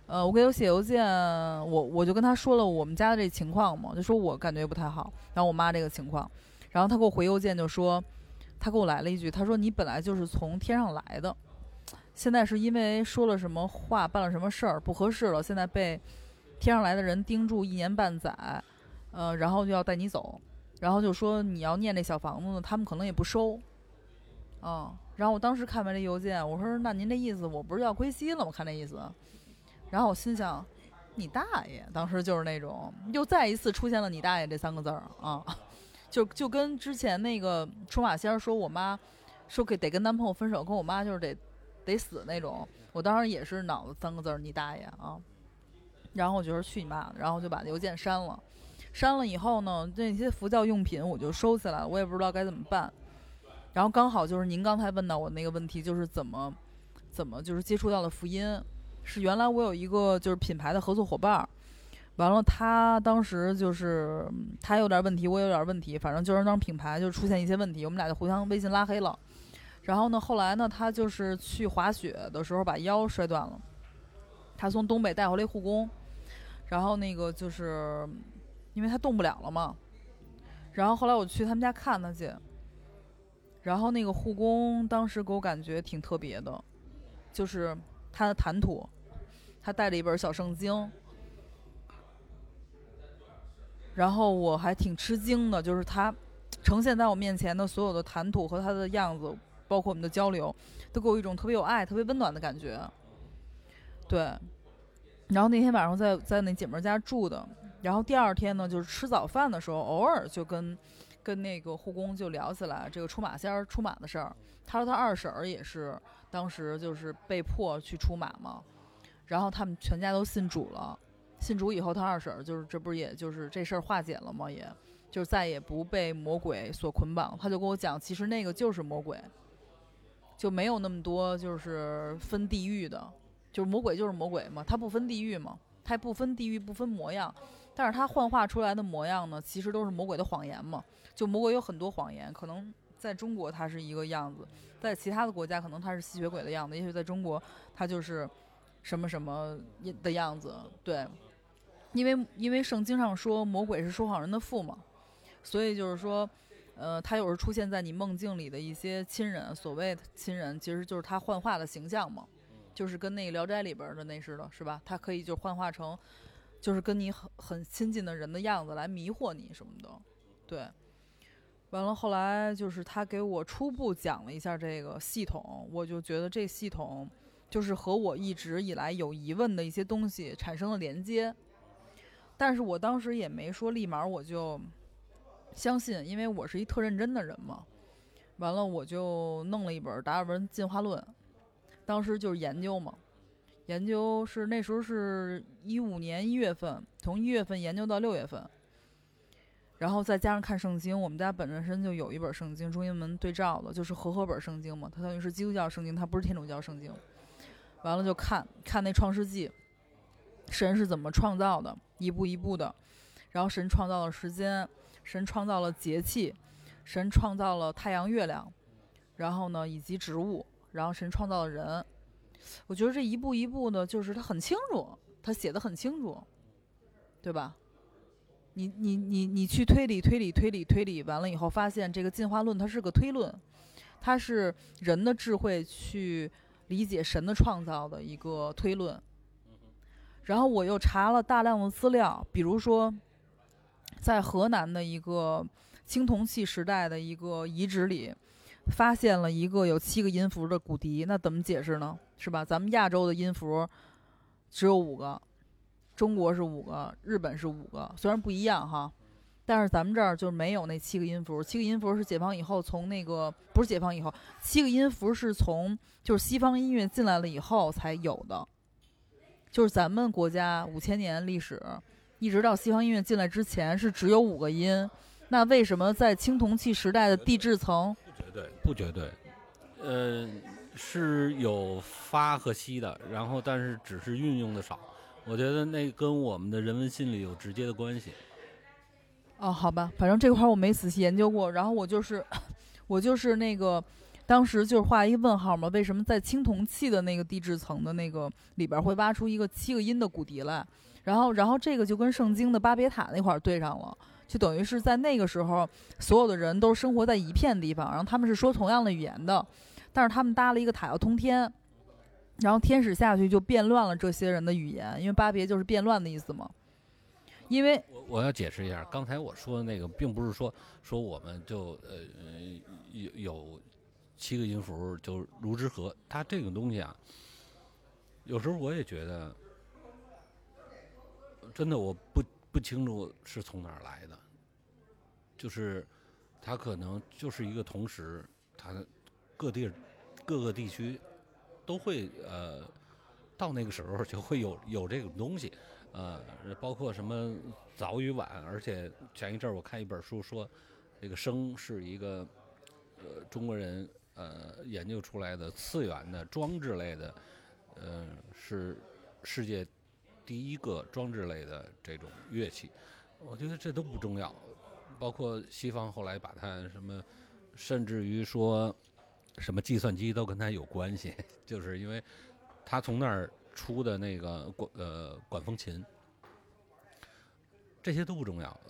C: 我就跟他说了我们家的这情况嘛，就说我感觉不太好，然后我妈这个情况，然后他给我回邮件就说，他给我来了一句，他说你本来就是从天上来的，现在是因为说了什么话，办了什么事儿不合适了，现在被天上来的人盯住1年半载，然后就要带你走，然后就说你要念这小房子呢，他们可能也不收。然后我当时看完这邮件，我说那您这意思我不是要归西了吗？看这意思。然后我心想你大爷，当时就是那种又再一次出现了你大爷这3个字啊，就跟之前那个出马仙说我妈说得跟男朋友分手，跟我妈就是得死那种，我当时也是脑子3个字你大爷啊。然后我就说去你妈的，然后就把邮件删了。删了以后呢，那些佛教用品我就收起来了，我也不知道该怎么办。然后刚好就是您刚才问到我那个问题，就是怎么就是接触到了福音，是原来我有一个就是品牌的合作伙伴，完了他当时就是他有点问题，我有点问题，反正就是当品牌就出现一些问题，我们俩就互相微信拉黑了。然后呢，后来呢，他就是去滑雪的时候把腰摔断了，他从东北带回来护工，然后那个就是因为他动不了了嘛，然后后来我去他们家看他去，然后那个护工当时给我感觉挺特别的，就是他的谈吐，他带着一本小圣经，然后我还挺吃惊的，就是他呈现在我面前的所有的谈吐和他的样子，包括我们的交流，都给我一种特别有爱、特别温暖的感觉。对，然后那天晚上在那姐妹家住的，然后第2天呢，就是吃早饭的时候，偶尔就跟那个护工就聊起来这个出马仙出马的事儿。他说他2婶也是当时就是被迫去出马嘛，然后他们全家都信主了。信主以后，他2婶就是这不是也就是这事儿化解了吗？也就是再也不被魔鬼所捆绑。他就跟我讲，其实那个就是魔鬼，就没有那么多就是分地狱的，就是魔鬼就是魔鬼嘛，他不分地狱嘛，他不分地狱不分模样，但是他幻化出来的模样呢，其实都是魔鬼的谎言嘛。就魔鬼有很多谎言，可能在中国它是一个样子，在其他的国家可能它是吸血鬼的样子，也许在中国它就是什么什么的样子。对，因为圣经上说魔鬼是说谎人的父嘛，所以就是说他有时候出现在你梦境里的一些亲人，所谓的亲人其实就是他幻化的形象嘛，就是跟那个聊斋里边的那似的，是吧？他可以就幻化成就是跟你很亲近的人的样子来迷惑你什么的。对，完了后来就是他给我初步讲了一下这个系统，我就觉得这系统就是和我一直以来有疑问的一些东西产生了连接，但是我当时也没说立马我就相信，因为我是一特认真的人嘛。完了我就弄了一本达尔文进化论，当时就是研究嘛，研究是那时候是15年1月份，从1月份研究到6月份，然后再加上看圣经，我们家本身就有一本圣经中英文对照的，就是和合本圣经嘛，它等于是基督教圣经，它不是天主教圣经。完了就看那创世纪，神是怎么创造的，一步一步的，然后神创造了时间，神创造了节气，神创造了太阳月亮，然后呢以及植物，然后神创造了人。我觉得这一步一步的就是他很清楚，他写得很清楚，对吧？你去推理完了以后，发现这个进化论它是个推论，它是人的智慧去理解神的创造的一个推论。然后我又查了大量的资料，比如说在河南的一个青铜器时代的一个遗址里，发现了一个有7个音符的骨笛，那怎么解释呢？是吧？咱们亚洲的音符只有5个，中国是5个，日本是5个，虽然不一样哈，但是咱们这儿就没有那7个音符。7个音符是解放以后从那个不是解放以后，7个音符是从就是西方音乐进来了以后才有的。就是咱们国家5000年历史，一直到西方音乐进来之前是只有5个音。那为什么在青铜器时代的地质层
A: 不绝对，是有发和西的，然后但是只是运用的少。我觉得那跟我们的人文心理有直接的关系。
C: 哦，好吧，反正这块我没仔细研究过。然后我就是那个当时就是画一个问号嘛，为什么在青铜器的那个地质层的那个里边会挖出一个7个音的骨笛来？然后这个就跟圣经的巴别塔那块对上了，就等于是在那个时候所有的人都生活在一片地方，然后他们是说同样的语言的，但是他们搭了一个塔要通天， 然后天使下去就变乱了这些人的语言，因为巴别就是变乱的意思嘛。因为
A: 我要解释一下，刚才我说的那个，并不是说我们就有7个音符就如之和，它这个东西啊，有时候我也觉得，真的我不清楚是从哪儿来的，就是它可能就是一个同时，它各个地区都会到那个时候就会有这种东西。包括什么早与晚，而且前一阵我看一本书说，这个声是一个中国人研究出来的次元的装置类的，是世界第一个装置类的这种乐器。我觉得这都不重要，包括西方后来把它什么，甚至于说什么计算机都跟它有关系，就是因为它从那儿出的那个管风琴，这些都不重要。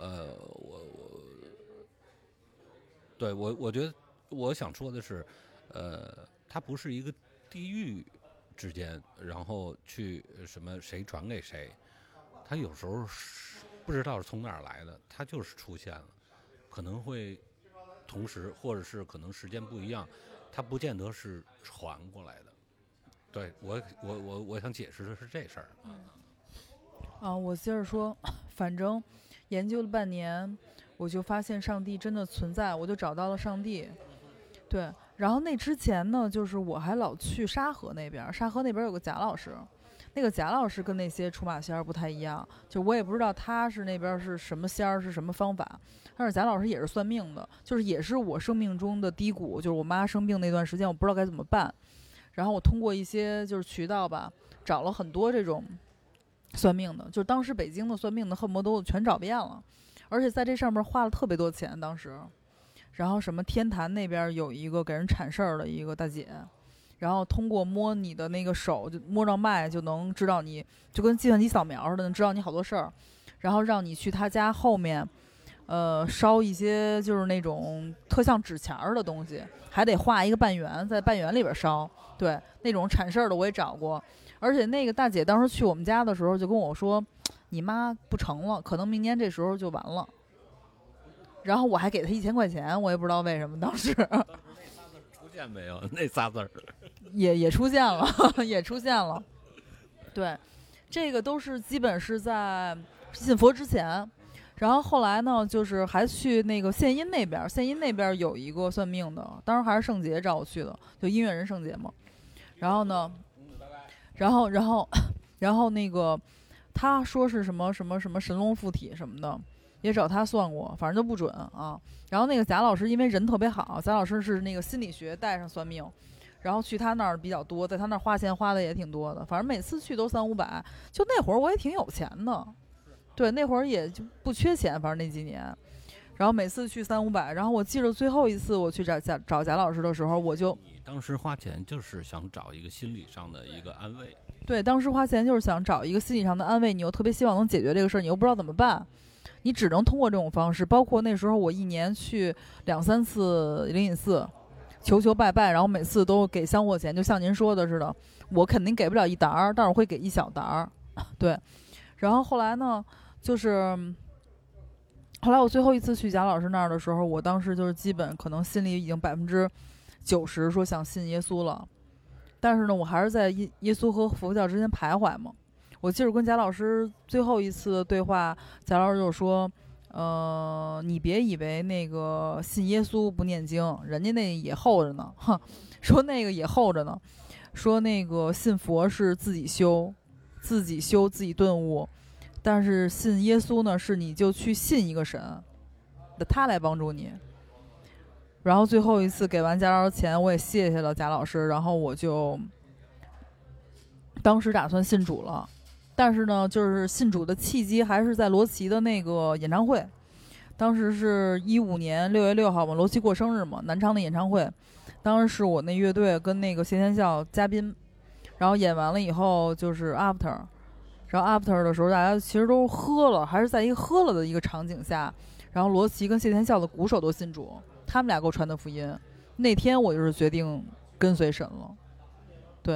A: 我觉得我想说的是，它不是一个地域之间，然后去什么谁传给谁，它有时候不知道是从哪儿来的，它就是出现了，可能会同时，或者是可能时间不一样，它不见得是传过来的。对，我想解释的是这事儿。
C: 我接着说，反正研究了半年，我就发现上帝真的存在，我就找到了上帝。对，然后那之前呢，就是我还老去沙河那边，沙河那边有个贾老师，那个贾老师跟那些出马仙儿不太一样，就我也不知道他是那边是什么仙儿，是什么方法。但是贾老师也是算命的，就是也是我生命中的低谷，就是我妈生病那段时间，我不知道该怎么办。然后我通过一些就是渠道吧，找了很多这种算命的，就是当时北京的算命的恨不得都全找遍了，而且在这上面花了特别多钱当时。然后什么天坛那边有一个给人铲事儿的一个大姐，然后通过摸你的那个手，就摸着脉就能知道你，就跟计算机扫描似的，能知道你好多事儿，然后让你去他家后面烧一些就是那种特像纸钱儿的东西，还得画一个半圆，在半圆里边烧。对，那种铲事儿的我也找过，而且那个大姐当时去我们家的时候就跟我说，你妈不成了，可能明年这时候就完了。然后我还给她1000块钱，我也不知道为什么当时。
A: 当时那仨字出现没有？那仨字
C: 也出现了，也出现了。对，这个都是基本是在信佛之前。然后后来呢，就是还去那个献音那边，献音那边有一个算命的，当时还是圣杰找我去的，就音乐人圣杰嘛。然后呢，然后那个他说是什么神龙附体什么的，也找他算过，反正就不准啊。然后那个贾老师因为人特别好，贾老师是那个心理学带上算命，然后去他那儿比较多，在他那儿花钱花的也挺多的，反正每次去都300-500。就那会儿我也挺有钱的，对，那会儿也就不缺钱，反正那几年。然后每次去300-500，然后我记得最后一次我去找贾老师的时候，我就
A: 你当时花钱就是想找一个心理上的一个安慰。
C: 对，当时花钱就是想找一个心理上的安慰，你又特别希望能解决这个事儿，你又不知道怎么办，你只能通过这种方式。包括那时候我1年去2-3次灵隐寺求拜拜，然后每次都给香火钱，就像您说的似的，我肯定给不了一沓儿，但是我会给一小沓儿。对，然后后来呢，就是后来我最后一次去贾老师那儿的时候，我当时就是基本可能心里已经90%说想信耶稣了，但是呢，我还是在耶稣和佛教之间徘徊嘛。我记得跟贾老师最后一次对话，贾老师就说，你别以为那个信耶稣不念经，人家那也厚着呢，说那个也厚着呢，说那个信佛是自己修自己顿悟，但是信耶稣呢，是你就去信一个神，他来帮助你。然后最后一次给完贾老师钱，我也谢谢了贾老师，然后我就当时打算信主了。但是呢，就是信主的契机还是在罗琦的那个演唱会，当时是15年6月6号嘛，罗琦过生日嘛，南昌的演唱会，当时是我那乐队跟那个谢天笑嘉宾，然后演完了以后就是 after， 然后 after 的时候大家其实都喝了，还是在一个喝了的一个场景下，然后罗琦跟谢天笑的鼓手都信主，他们俩给我传的福音，那天我就是决定跟随神了。对，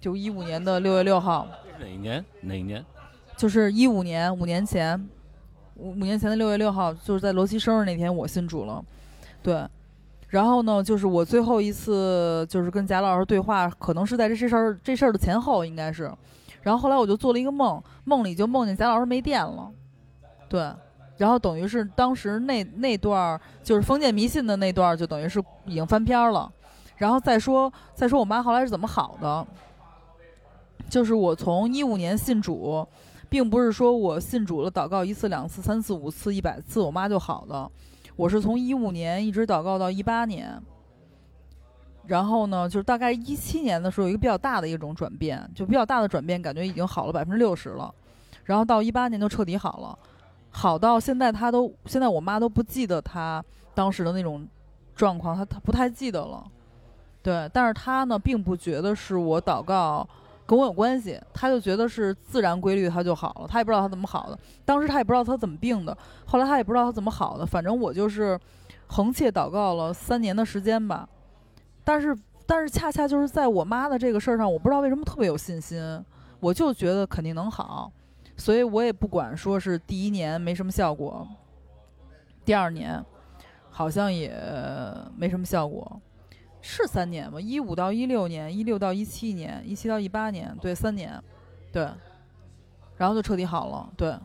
C: 就15年的6月6号。
A: 哪一年？哪一年？
C: 就是15年，5年前，5年前的6月6号，就是在罗琦生日那天，我信主了。对，然后呢，就是我最后一次就是跟贾老师对话，可能是在这事儿的前后，应该是。然后后来我就做了一个梦，梦里就梦见贾老师没电了。对。然后等于是当时那段就是封建迷信的那段，就等于是已经翻篇了。然后再说我妈后来是怎么好的，就是我从15年信主，并不是说我信主了祷告1次2次3次5次100次我妈就好的，我是从15年一直祷告到18年。然后呢，就是大概17年的时候有一个比较大的一种转变，就比较大的转变，感觉已经好了60%了。然后到18年就彻底好了。好到现在现在我妈都不记得她当时的那种状况，她不太记得了。对，但是她呢并不觉得是我祷告跟我有关系，她就觉得是自然规律，她就好了。她也不知道她怎么好的，当时她也不知道她怎么病的，后来她也不知道她怎么好的。反正我就是横切祷告了3年的时间吧。但是恰恰就是在我妈的这个事儿上，我不知道为什么特别有信心，我就觉得肯定能好。所以我也不管说是第1年没什么效果，第2年好像也没什么效果，是3年吗？15到16年，16到17年，17到18年，对，3年，对，然后就彻底好了。对，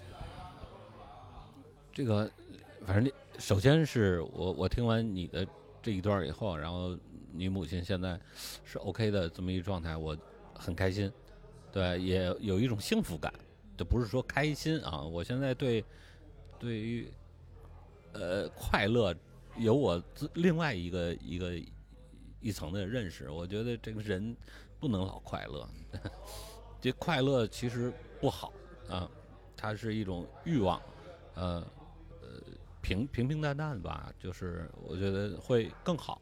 A: 这个反正首先是我听完你的这一段以后，然后你母亲现在是 OK 的这么一状态，我很开心，对，也有一种幸福感。这不是说开心啊，我现在对于快乐有我另外一层的认识。我觉得这个人不能老快乐，这快乐其实不好啊，它是一种欲望，平淡淡吧，就是我觉得会更好，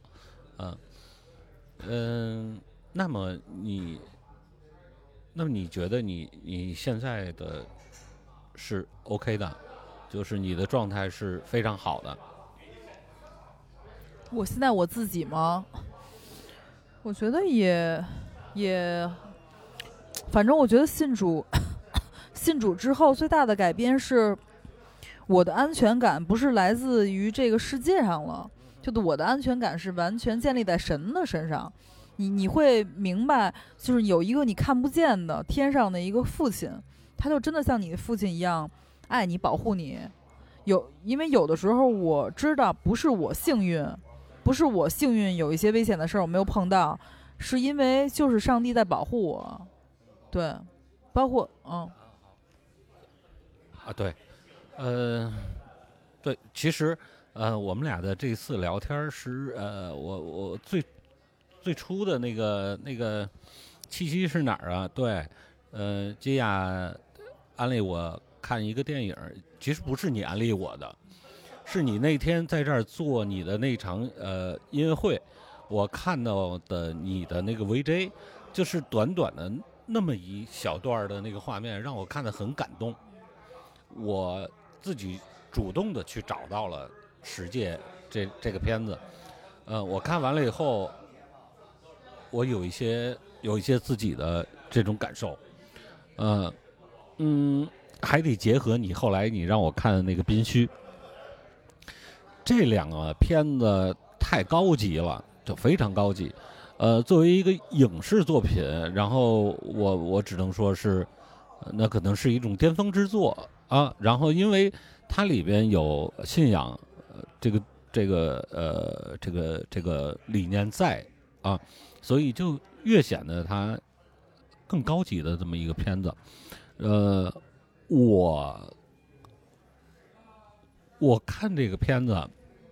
A: 那么你觉得你现在的是 OK 的，就是你的状态是非常好的。
C: 我现在我自己吗？我觉得也，反正我觉得信主之后最大的改变是，我的安全感不是来自于这个世界上了，就是我的安全感是完全建立在神的身上。你会明白，就是有一个你看不见的天上的一个父亲，他就真的像你的父亲一样爱你、保护你。因为有的时候我知道不是我幸运有一些危险的事儿我没有碰到，是因为就是上帝在保护我。对，包括
A: 对，对，其实我们俩的这次聊天是我最初的那个契机是哪儿啊？对，基亚安利我看一个电影，其实不是你安利我的，是你那天在这儿做你的那场音乐会，我看到的你的那个 VJ， 就是短短的那么一小段的那个画面，让我看得很感动。我自己主动的去找到了《十戒》这个片子，我看完了以后，我有一些自己的这种感受，还得结合你后来你让我看的那个《宾虚》，这两个片子太高级了，就非常高级。作为一个影视作品，然后我只能说是，那可能是一种巅峰之作啊。然后因为它里边有信仰，这个理念在啊，所以就越显得它更高级的这么一个片子。我看这个片子，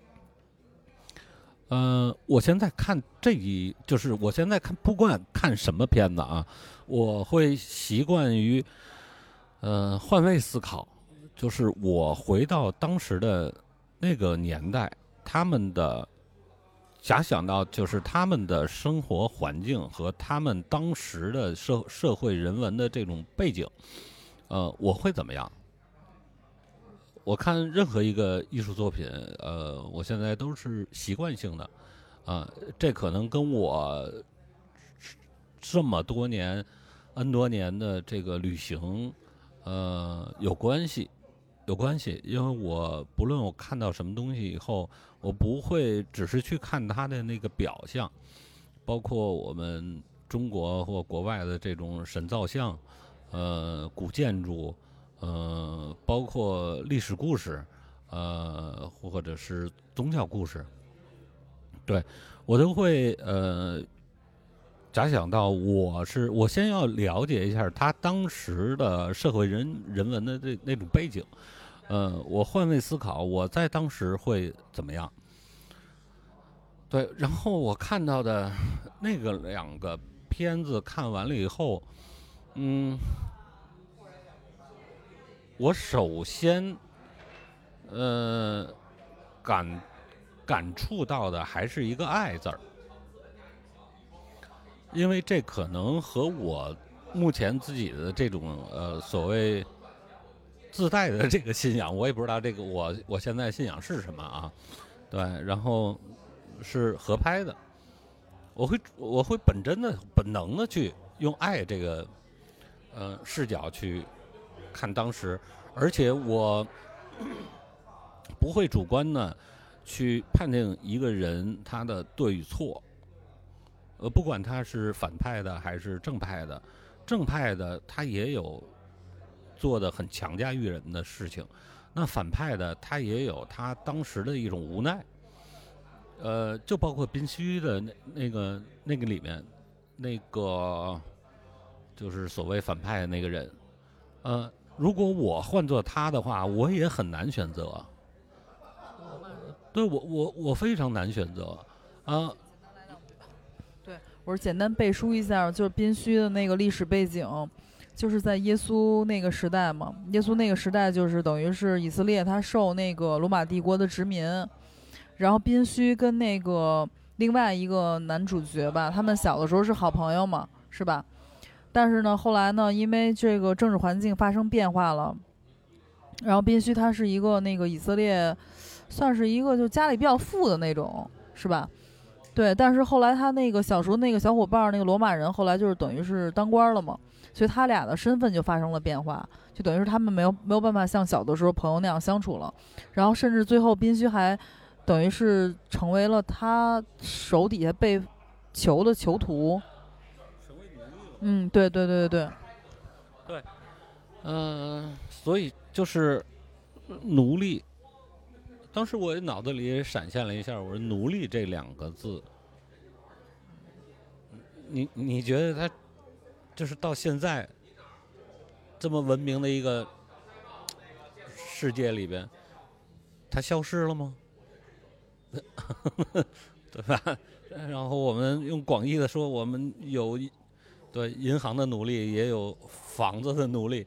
A: 我现在看就是我现在看不管看什么片子啊，我会习惯于换位思考，就是我回到当时的那个年代，他们的假想到就是他们的生活环境和他们当时的社会人文的这种背景，我会怎么样？我看任何一个艺术作品，我现在都是习惯性的，这可能跟我这么多年 N 多年的这个旅行有关系，因为我不论我看到什么东西以后，我不会只是去看它的那个表象，包括我们中国或国外的这种神造像，古建筑，包括历史故事，或者是宗教故事，对我都会假想到我先要了解一下他当时的社会人文的那种背景，我换位思考，我在当时会怎么样？对，然后我看到的那个2个片子看完了以后，我首先感触到的还是一个爱字儿，因为这可能和我目前自己的这种所谓自带的这个信仰，我也不知道这个我现在信仰是什么啊，对，然后是合拍的，我会本能的去用爱这个视角去看当时，而且我不会主观的去判定一个人他的对与错，不管他是反派的还是正派的他也有做的很强加于人的事情，那反派的他也有他当时的一种无奈，就包括宾虚的那个里面那个就是所谓反派的那个人，如果我换做他的话，我也很难选择。对，我非常难选择啊。
C: 对，我是简单背书一下，就是宾虚的那个历史背景，就是在耶稣那个时代嘛。耶稣那个时代就是等于是以色列他受那个罗马帝国的殖民，然后宾虚跟那个另外一个男主角吧，他们小的时候是好朋友嘛，是吧？但是呢，后来呢，因为这个政治环境发生变化了，然后宾虚他是一个那个以色列，算是一个就家里比较富的那种，是吧？对，但是后来他那个小时候那个小伙伴那个罗马人，后来就是等于是当官了嘛，所以他俩的身份就发生了变化，就等于是他们没有办法像小的时候朋友那样相处了，然后甚至最后宾虚还等于是成为了他手底下被囚的囚徒。对，
A: 所以就是奴隶。当时我脑子里闪现了一下，我说奴隶这2个字，你觉得他就是到现在这么文明的一个世界里边，它消失了吗？对吧？然后我们用广义的说，我们有对银行的奴隶，也有房子的奴隶，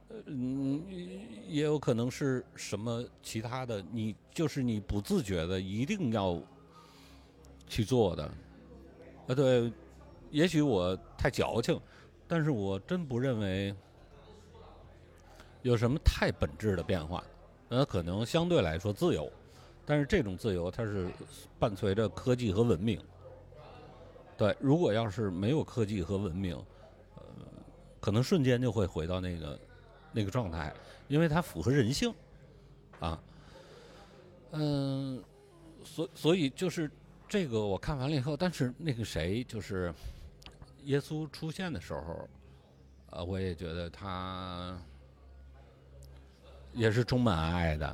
A: 也有可能是什么其他的，你不自觉的一定要去做的。对，也许我太矫情，但是我真不认为有什么太本质的变化。可能相对来说自由，但是这种自由它是伴随着科技和文明。对，如果要是没有科技和文明，可能瞬间就会回到那个状态，因为它符合人性，啊，所以就是这个我看完了以后，但是那个谁就是耶稣出现的时候，我也觉得他也是充满爱的，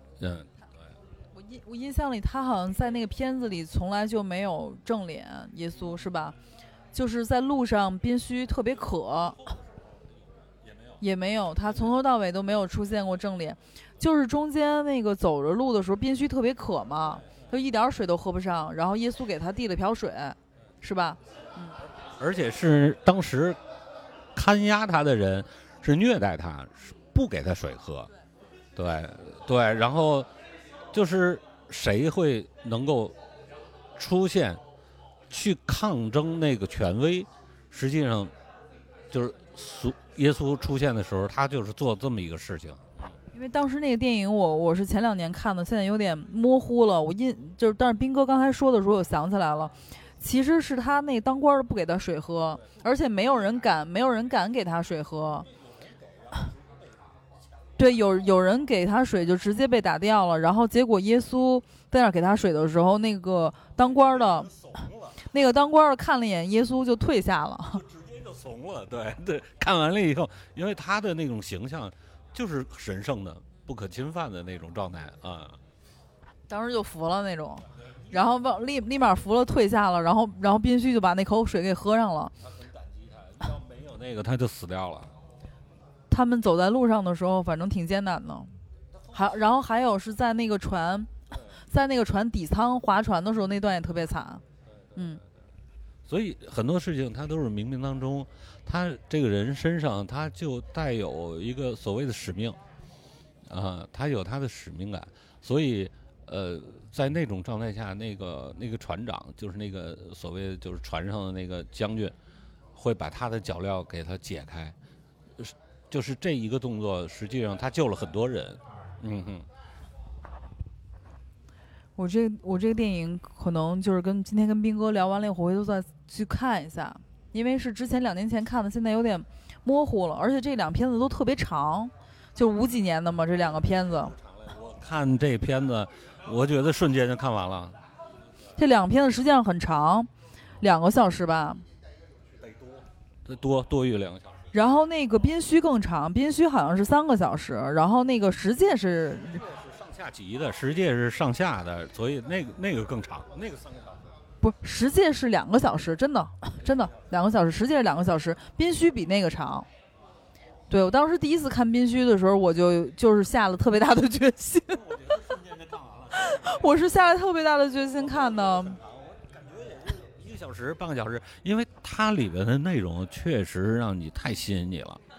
C: 我印象里他好像在那个片子里从来就没有正脸，耶稣是吧？就是在路上宾虚特别渴，也没有，他从头到尾都没有出现过正脸，就是中间那个走着路的时候，宾虚特别渴嘛，他一点水都喝不上，然后耶稣给他递了瓢水，是吧？
A: 而且是当时看押他的人是虐待他，不给他水喝，对，然后就是谁会能够出现去抗争那个权威，实际上就是耶稣出现的时候，他就是做这么一个事情。
C: 因为当时那个电影我是前2年看的，现在有点模糊了。但是斌哥刚才说的时候，我想起来了， 其实是他那当官的不给他水喝，而且没有人敢给他水喝。对，有人给他水就直接被打掉了，然后结果耶稣在那儿给他水的时候，那个当官的看了一眼耶稣就退下了，
A: 直接就怂了。对，看完了以后，因为他的那种形象就是神圣的、不可侵犯的那种状态啊，
C: 当时就服了那种，然后立马服了退下了，然后宾虚就把那口水给喝上了。
A: 他很感激他，要没有那个他就死掉了。
C: 他们走在路上的时候，反正挺艰难的。然后还有是在那个船底舱划船的时候，那段也特别惨。
A: 所以很多事情他都是冥冥当中，他这个人身上他就带有一个所谓的使命，他有他的使命感。所以在那种状态下，那个船长就是那个所谓就是船上的那个将军，会把他的脚镣给他解开。就是这一个动作，实际上他救了很多人。
C: 我这个电影可能就是今天跟斌哥聊完了以后，回头再去看一下，因为是之前2年前看的，现在有点模糊了，而且这两片子都特别长，就50几年的嘛，这两个片子。
A: 我看这片子，我觉得瞬间就看完了。
C: 这两个片子实际上很长，2个小时吧。
A: 多于2个小时。
C: 然后那个宾虚更长，宾虚好像是3个小时，然后那个十诫是
A: 上下集的，十诫是上下的，所以那个更长，那个3个小时。
C: 不，十诫是2个小时，真的2个小时，十诫是2个小时，宾虚比那个长。对，我当时第一次看宾虚的时候，我就是下了特别大的决心，我是下了特别大的决心看的。
A: 1个小时、半个小时，因为它里边的内容确实让你太吸引你了，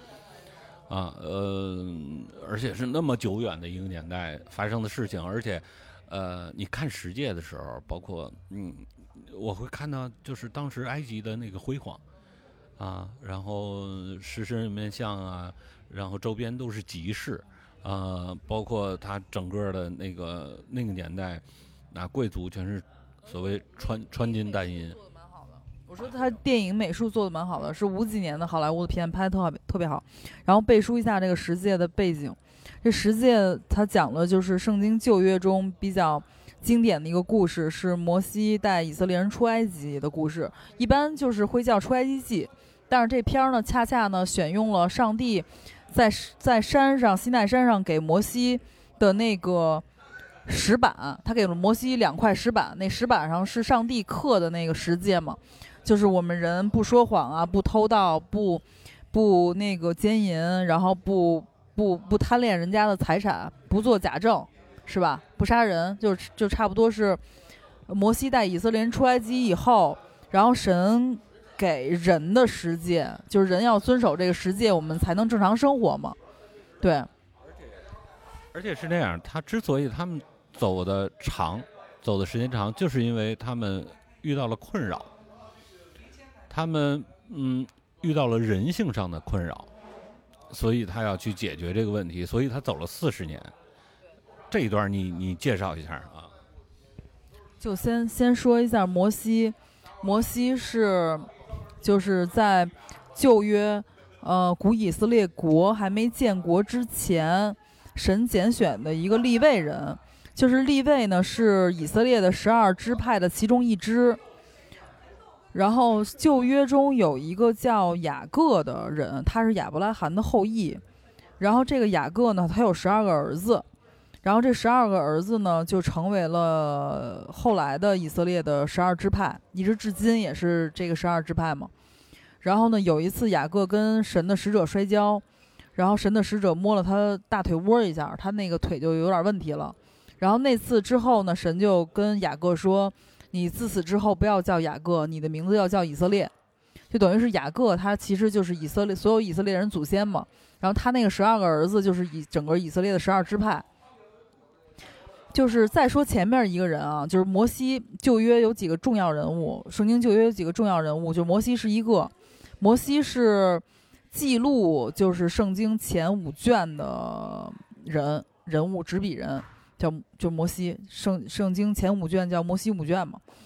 A: 而且是那么久远的一个年代发生的事情，而且，你看十诫的时候，包括我会看到就是当时埃及的那个辉煌，然后狮身人像啊，然后周边都是集市，包括它整个的那个年代，贵族全是所谓穿金戴银。
C: 我说他电影美术做的蛮好的，是50几年的好莱坞的片，拍的特别好。然后背书一下这个十诫的背景，这十诫他讲的就是圣经旧约中比较经典的一个故事，是摩西带以色列人出埃及的故事，一般就是会叫出埃及记，但是这片呢恰恰呢选用了上帝在山上西奈山上给摩西的那个石板，他给了摩西2块石板，那石板上是上帝刻的那个十诫嘛，就是我们人不说谎啊，不偷盗，不那个奸淫，然后不贪恋人家的财产，不做假证，是吧？不杀人，就差不多是摩西带以色列人出埃及以后，然后神给人的十诫，就是人要遵守这个十诫，我们才能正常生活嘛。对。
A: 而且是这样，他之所以他们走的时间长，就是因为他们遇到了困扰，他们遇到了人性上的困扰，所以他要去解决这个问题，所以他走了40年。这一段你介绍一下啊？
C: 就先说一下摩西是就是在旧约古以色列国还没建国之前，神拣选的一个利未人，就是利未呢是以色列的12支派的其中一支。然后旧约中有一个叫雅各的人，他是亚伯拉罕的后裔。然后这个雅各呢，他有12个儿子，然后这12个儿子呢就成为了后来的以色列的12支派，一直至今也是这个12支派嘛。然后呢，有一次雅各跟神的使者摔跤，然后神的使者摸了他大腿窝一下，他那个腿就有点问题了。然后那次之后呢，神就跟雅各说，你自此之后不要叫雅各，你的名字要叫以色列。就等于是雅各他其实就是以色列所有以色列人祖先嘛，然后他那个12个儿子就是整个以色列的12支派。就是再说前面一个人啊，就是摩西，旧约有几个重要人物，圣经旧约有几个重要人物，就摩西是一个。摩西是记录就是圣经前5卷的人物执笔人，就摩西，圣经前5卷叫摩西5卷嘛。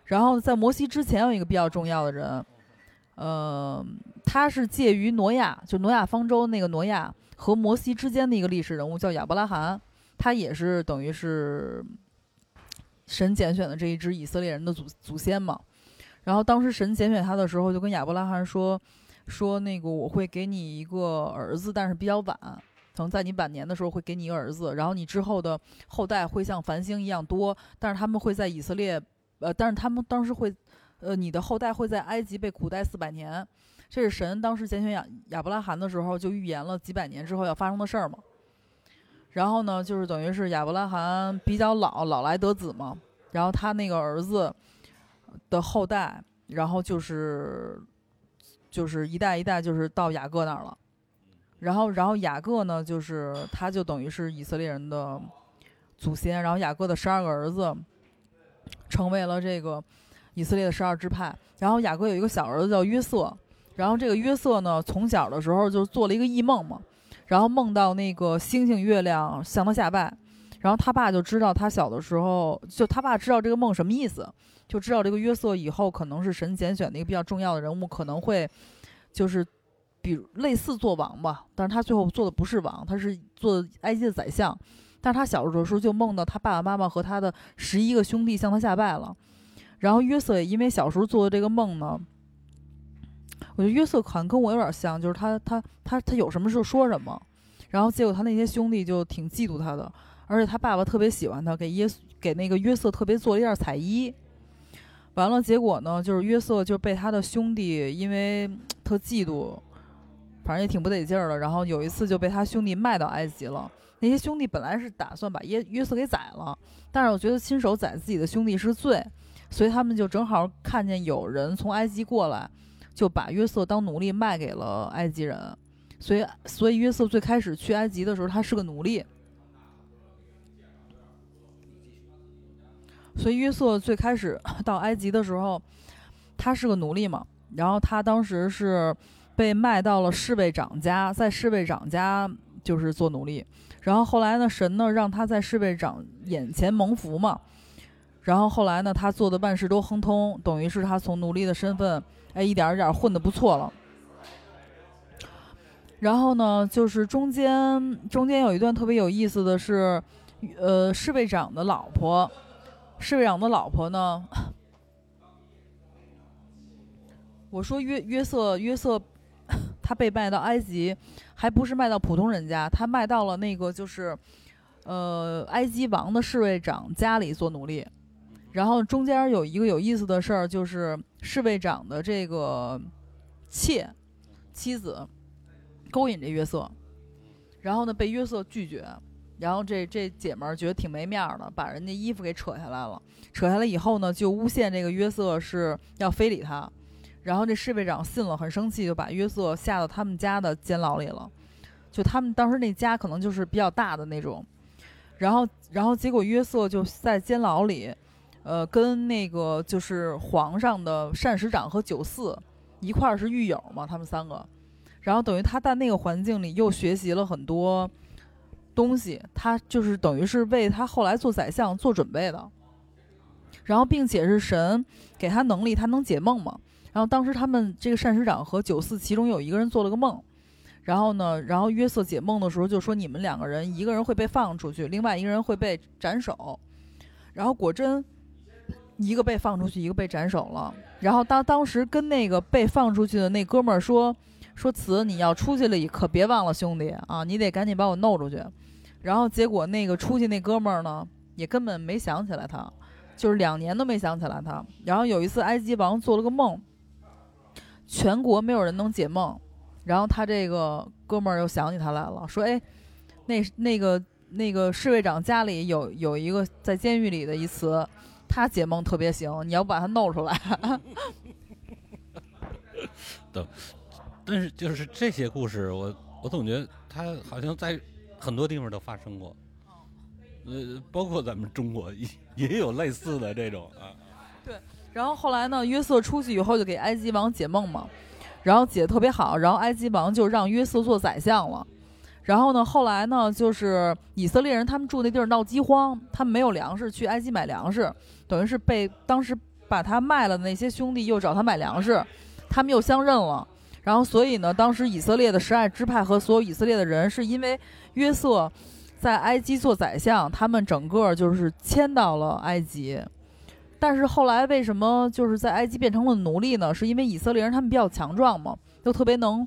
C: 然后在摩西之前有一个比较重要的人，他是介于挪亚，就挪亚方舟那个挪亚和摩西之间的一个历史人物，叫亚伯拉罕。他也是等于是神拣选的这一支以色列人的祖先嘛。然后当时神拣选他的时候，就跟亚伯拉罕说那个我会给你一个儿子，但是比较晚，可能在你晚年的时候会给你一个儿子，然后你之后的后代会像繁星一样多，但是他们会在以色列，但是他们当时会，你的后代会在埃及被苦待400年。这是神当时拣选亚伯拉罕的时候就预言了几百年之后要发生的事儿嘛。然后呢，就是等于是亚伯拉罕比较老来得子嘛，然后他那个儿子的后代，然后就是一代一代就是到雅各那儿了。然后雅各呢，就是他就等于是以色列人的祖先，然后雅各的12个儿子成为了这个以色列的12支派。然后雅各有一个小儿子叫约瑟，然后这个约瑟呢，从小的时候就做了一个异梦嘛，然后梦到那个星星月亮向他下拜，然后他爸就知道他小的时候，就他爸知道这个梦什么意思，就知道这个约瑟以后可能是神拣选的一个比较重要的人物，可能会就是比如类似做王吧，但是他最后做的不是王，他是做埃及的宰相。但是他小的时候就梦到他爸爸妈妈和他的11个兄弟向他下拜了。然后约瑟也因为小时候做的这个梦呢，我觉得约瑟好像跟我有点像，就是他有什么就说什么，然后结果他那些兄弟就挺嫉妒他的，而且他爸爸特别喜欢他，给那个约瑟特别做了一件彩衣。完了，结果呢，就是约瑟就被他的兄弟因为特嫉妒，反正也挺不得劲儿的，然后有一次就被他兄弟卖到埃及了。那些兄弟本来是打算把约瑟给宰了，但是我觉得亲手宰自己的兄弟是罪，所以他们就正好看见有人从埃及过来，就把约瑟当奴隶卖给了埃及人。所以约瑟最开始去埃及的时候，他是个奴隶。所以约瑟最开始到埃及的时候，他是个奴隶嘛，然后他当时是被卖到了侍卫长家，在侍卫长家就是做奴隶。然后后来呢，神呢让他在侍卫长眼前蒙福嘛，然后后来呢，他做的万事都亨通，等于是他从奴隶的身份，一点一点混得不错了。然后呢，就是中间有一段特别有意思的是，侍卫长的老婆呢，我说约瑟，他被卖到埃及，还不是卖到普通人家，他卖到了那个就是埃及王的侍卫长家里做奴隶。然后中间有一个有意思的事儿，就是侍卫长的这个妻子勾引这约瑟，然后呢被约瑟拒绝，然后这姐们儿觉得挺没面的，把人家衣服给扯下来了。扯下来以后呢，就诬陷这个约瑟是要非礼他。然后这侍卫长信了，很生气，就把约瑟下到他们家的监牢里了。就他们当时那家可能就是比较大的那种。然后结果约瑟就在监牢里，跟那个就是皇上的膳食长和酒肆一块儿是狱友嘛，他们3个。然后等于他在那个环境里又学习了很多东西，他就是等于是为他后来做宰相做准备的。然后并且是神给他能力，他能解梦嘛。然后当时他们这个膳食长和酒肆其中有一个人做了个梦，然后约瑟解梦的时候就说，你们2个人，一个人会被放出去，另外一个人会被斩首。然后果真一个被放出去，一个被斩首了。然后当时跟那个被放出去的那哥们儿说词，你要出去了可别忘了兄弟啊，你得赶紧把我弄出去。然后结果那个出去那哥们儿呢，也根本没想起来他，就是2年都没想起来他。然后有一次埃及王做了个梦，全国没有人能解梦，然后他这个哥们儿又想起他来了，说那个侍卫长家里有一个在监狱里的一词，他解梦特别行，你要把他弄出来。
A: 对，但是就是这些故事，我总觉得他好像在很多地方都发生过，包括咱们中国也有类似的这种啊。
C: 对，然后后来呢，约瑟出去以后就给埃及王解梦嘛，然后解得特别好，然后埃及王就让约瑟做宰相了。然后呢，后来呢，就是以色列人他们住那地儿闹饥荒，他们没有粮食，去埃及买粮食，等于是当时把他卖了的那些兄弟又找他买粮食，他们又相认了。然后所以呢，当时以色列的12支派和所有以色列的人，是因为约瑟在埃及做宰相，他们整个就是迁到了埃及。但是后来为什么就是在埃及变成了奴隶呢？是因为以色列人他们比较强壮嘛，都特别能，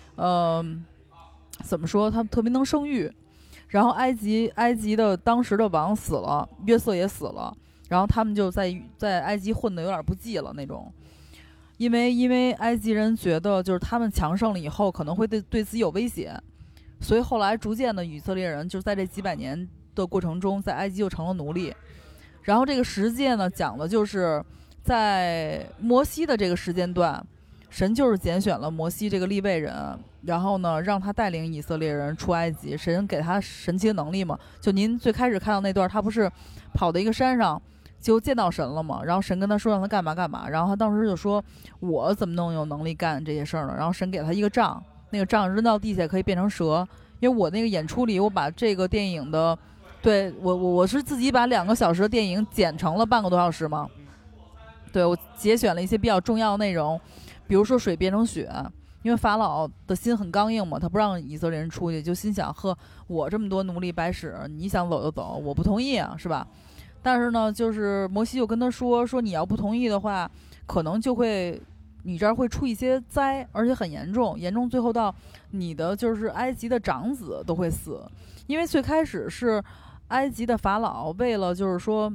C: 怎么说？他们特别能生育。然后埃及的当时的王死了，约瑟也死了，然后他们就在埃及混得有点不济了那种。因为埃及人觉得就是他们强盛了以后可能会对自己有威胁，所以后来逐渐的以色列人就在这几百年的过程中，在埃及就成了奴隶。然后这个十诫呢，讲的就是在摩西的这个时间段，神就是拣选了摩西这个利未人，然后呢让他带领以色列人出埃及。神给他神奇的能力嘛，就您最开始看到那段，他不是跑到一个山上就见到神了嘛，然后神跟他说让他干嘛干嘛，然后他当时就说我怎么能有能力干这些事儿呢？然后神给他一个杖，那个杖扔到地下可以变成蛇。因为我那个演出里，我把这个电影的，对，我是自己把2个小时的电影剪成了半个多小时嘛。对，我节选了一些比较重要的内容，比如说水变成血，因为法老的心很刚硬嘛，他不让以色列人出去，就心想呵，我这么多奴隶白使，你想走就走，我不同意啊，是吧？但是呢，就是摩西就跟他说你要不同意的话，可能就会你这儿会出一些灾，而且很严重，最后到你的就是埃及的长子都会死。因为最开始是埃及的法老为了就是说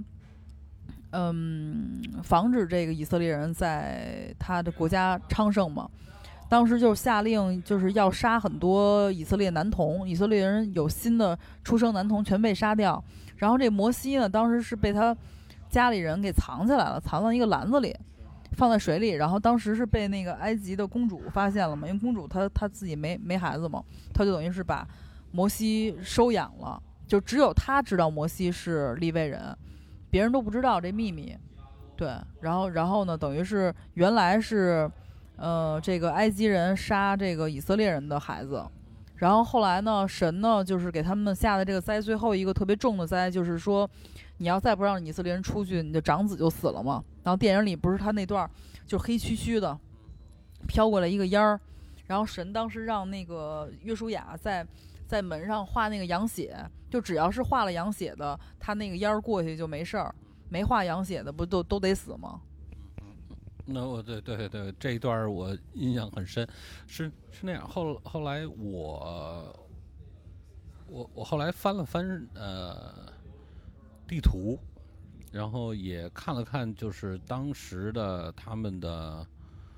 C: 防止这个以色列人在他的国家昌盛嘛，当时就下令就是要杀很多以色列男童，以色列人有新的出生男童全被杀掉。然后这摩西呢，当时是被他家里人给藏起来了，藏到一个篮子里，放在水里。然后当时是被那个埃及的公主发现了嘛，因为公主她自己没孩子嘛，她就等于是把摩西收养了，就只有她知道摩西是利未人，别人都不知道这秘密。对，然后呢，等于是原来是这个埃及人杀这个以色列人的孩子。然后后来呢，神呢就是给他们下的这个灾，最后一个特别重的灾，就是说你要再不让以色列人出去，你的长子就死了嘛。然后电影里不是他那段就黑黢黢的飘过来一个烟儿，然后神当时让那个约书亚在门上画那个羊血，就只要是画了羊血的，他那个烟儿过去就没事儿，没画羊血的不都得死吗？
A: 那我对这一段我印象很深，是那样。后来我后来翻了翻地图，然后也看了看，就是当时的他们的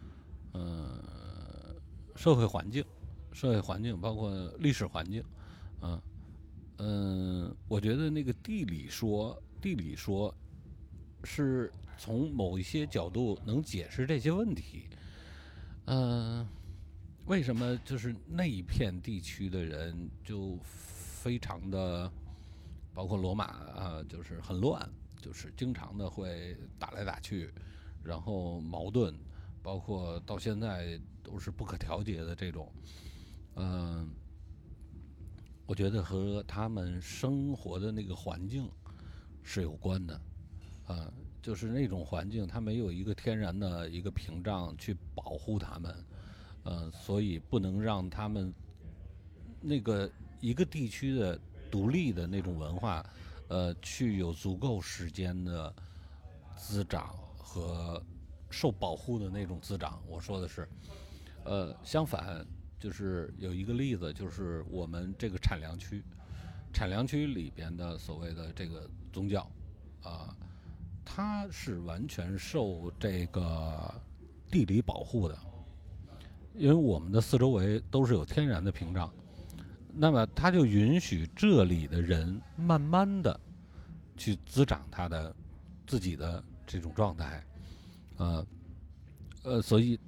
A: 社会环境包括历史环境，我觉得那个地理说是从某一些角度能解释这些问题。为什么就是那一片地区的人就非常的，包括罗马就是很乱，就是经常的会打来打去，然后矛盾，包括到现在都是不可调节的这种。我觉得和他们生活的那个环境是有关的。就是那种环境，它没有一个天然的一个屏障去保护他们，所以不能让他们那个一个地区的独立的那种文化，去有足够时间的滋长和受保护的那种滋长。我说的是，相反，就是有一个例子，就是我们这个产粮区里边的所谓的这个宗教，它是完全受这个地理保护的，因为我们的四周围都是有天然的屏障，那么它就允许这里的人慢慢的去滋长他的自己的这种状态，所以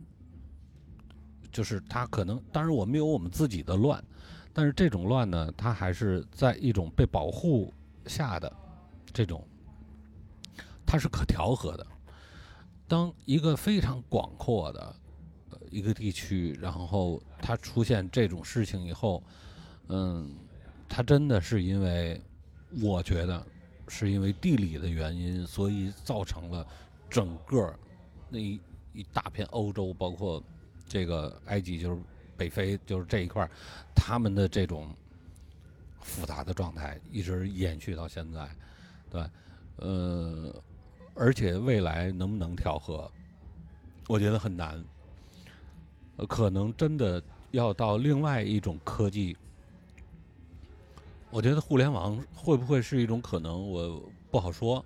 A: 它可能，当然我们有我们自己的乱，但是这种乱呢，它还是在一种被保护下的这种。它是可调和的。当一个非常广阔的一个地区，然后它出现这种事情以后，它真的是因为，我觉得是因为地理的原因，所以造成了整个那一大片欧洲，包括这个埃及，就是北非，就是这一块，他们的这种复杂的状态一直延续到现在，对，而且未来能不能调和，我觉得很难，可能真的要到另外一种科技。我觉得互联网会不会是一种可能，我不好说。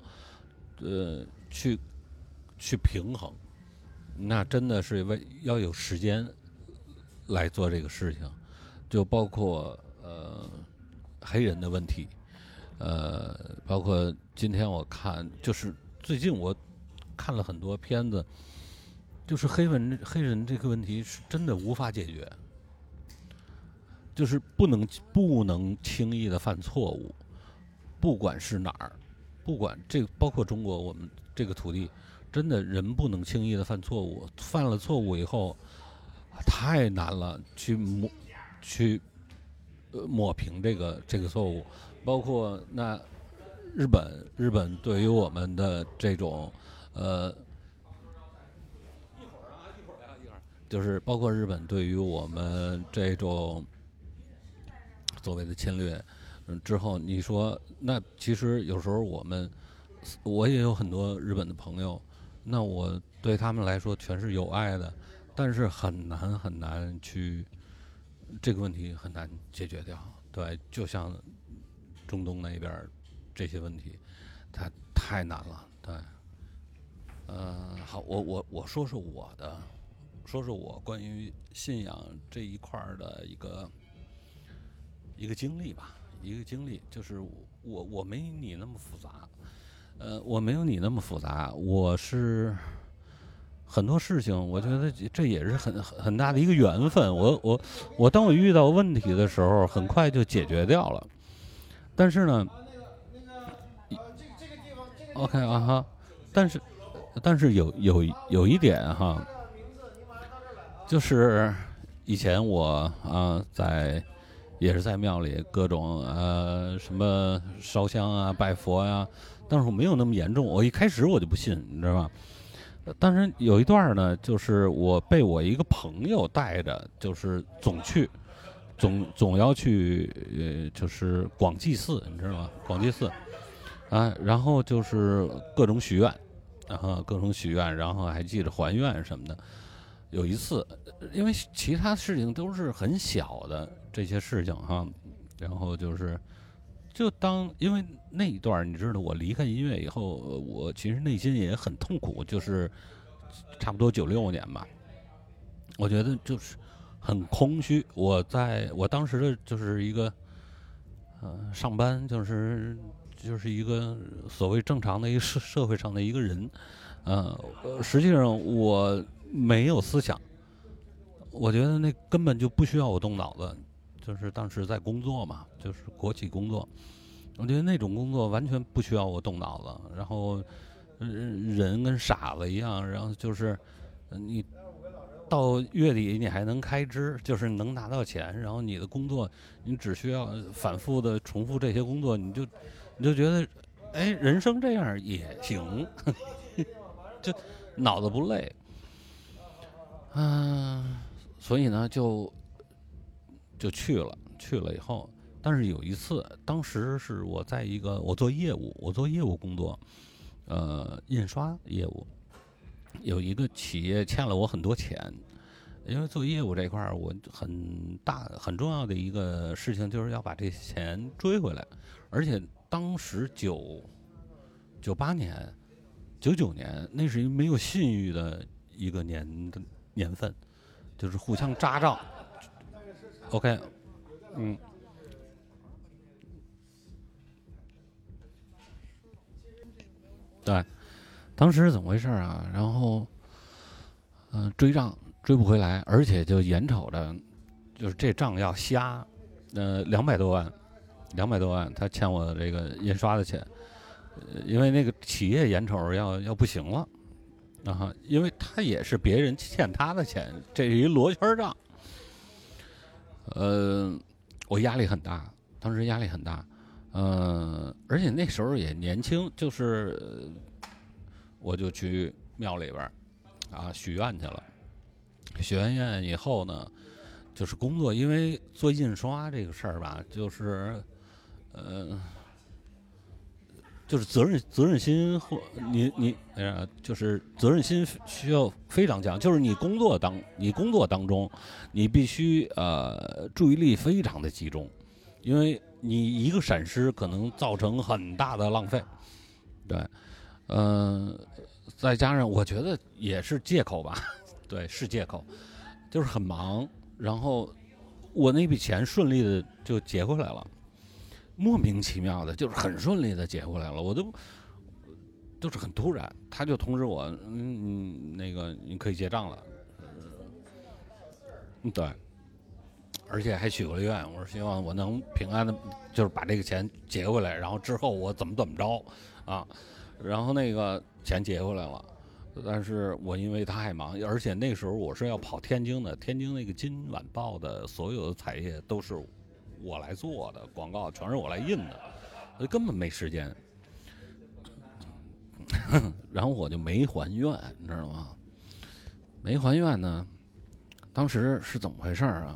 A: 去平衡，那真的是要有时间来做这个事情，就包括黑人的问题，包括今天我看，就是最近我看了很多片子，就是黑人这个问题是真的无法解决。就是不能轻易的犯错误，不管是哪儿，不管这包括中国，我们这个土地，真的人不能轻易的犯错误，犯了错误以后，太难了，去抹平这个错误，包括那日本对于我们的这种就是包括日本对于我们这种所谓的侵略，之后你说，那其实有时候我也有很多日本的朋友，那我对他们来说全是有爱的，但是很难去这个问题很难解决掉。对，就像中东那边这些问题，它太难了。对，好，我说说我关于信仰这一块的一个经历吧，就是我没你那么复杂，我没有你那么复杂，我是很多事情，我觉得这也是很大的一个缘分。当我遇到问题的时候，很快就解决掉了。但是呢，OK 啊哈，但是有一点哈，就是以前我也是在庙里各种什么烧香啊、拜佛呀，但是我没有那么严重。我一开始我就不信，你知道吧？但是有一段呢，就是我被我一个朋友带着，就是总要去就是广济寺，你知道吗？广济寺啊，然后就是各种许愿，然后还记着还愿什么的。有一次，因为其他事情都是很小的这些事情哈，然后因为那一段你知道，我离开音乐以后，我其实内心也很痛苦，就是差不多96年吧，我觉得就是很空虚。我当时的就是一个上班，就是一个所谓正常的一个社会上的一个人，实际上我没有思想，我觉得那根本就不需要我动脑子，就是当时在工作嘛，就是国企工作，我觉得那种工作完全不需要我动脑子，然后人跟傻子一样，然后就是你到月底你还能开支，就是能拿到钱，然后你的工作你只需要反复的重复这些工作，你就觉得哎，人生这样也行，就脑子不累。所以呢，就去了以后，但是有一次，当时是我做业务工作，印刷业务，有一个企业欠了我很多钱，因为做业务这块儿，我很重要的一个事情就是要把这钱追回来，而且当时98年、99年，那是一个没有信誉的一个年份，就是互相扎账。OK， 对，当时是怎么回事啊？然后，追账追不回来，而且就眼瞅着，就是这账要瞎，200多万，他欠我这个印刷的钱，因为那个企业眼瞅着要不行了。因为他也是别人欠他的钱，这是一罗圈账。我压力很大，当时压力很大，而且那时候也年轻，就是我就去庙里边许愿去了。许完愿以后呢，就是工作，因为做印刷这个事儿吧，就是就是责任心或就是责任心需要非常强，就是你工作当中，你必须注意力非常的集中，因为你一个闪失可能造成很大的浪费，对，再加上我觉得也是借口吧，对，是借口，就是很忙，然后我那笔钱顺利的就结回来了。莫名其妙的，就是很顺利的结回来了，我都是很突然，他就通知我，那个你可以结账了，对，而且还许过了愿，我说希望我能平安的，就是把这个钱结回来，然后之后我怎么着啊，然后那个钱结回来了，但是我因为太忙，而且那时候我是要跑天津的，天津那个《今晚报》的所有的彩页都是我来做的，广告全是我来印的，我根本没时间。然后我就没还愿，你知道吗？没还愿呢，当时是怎么回事啊？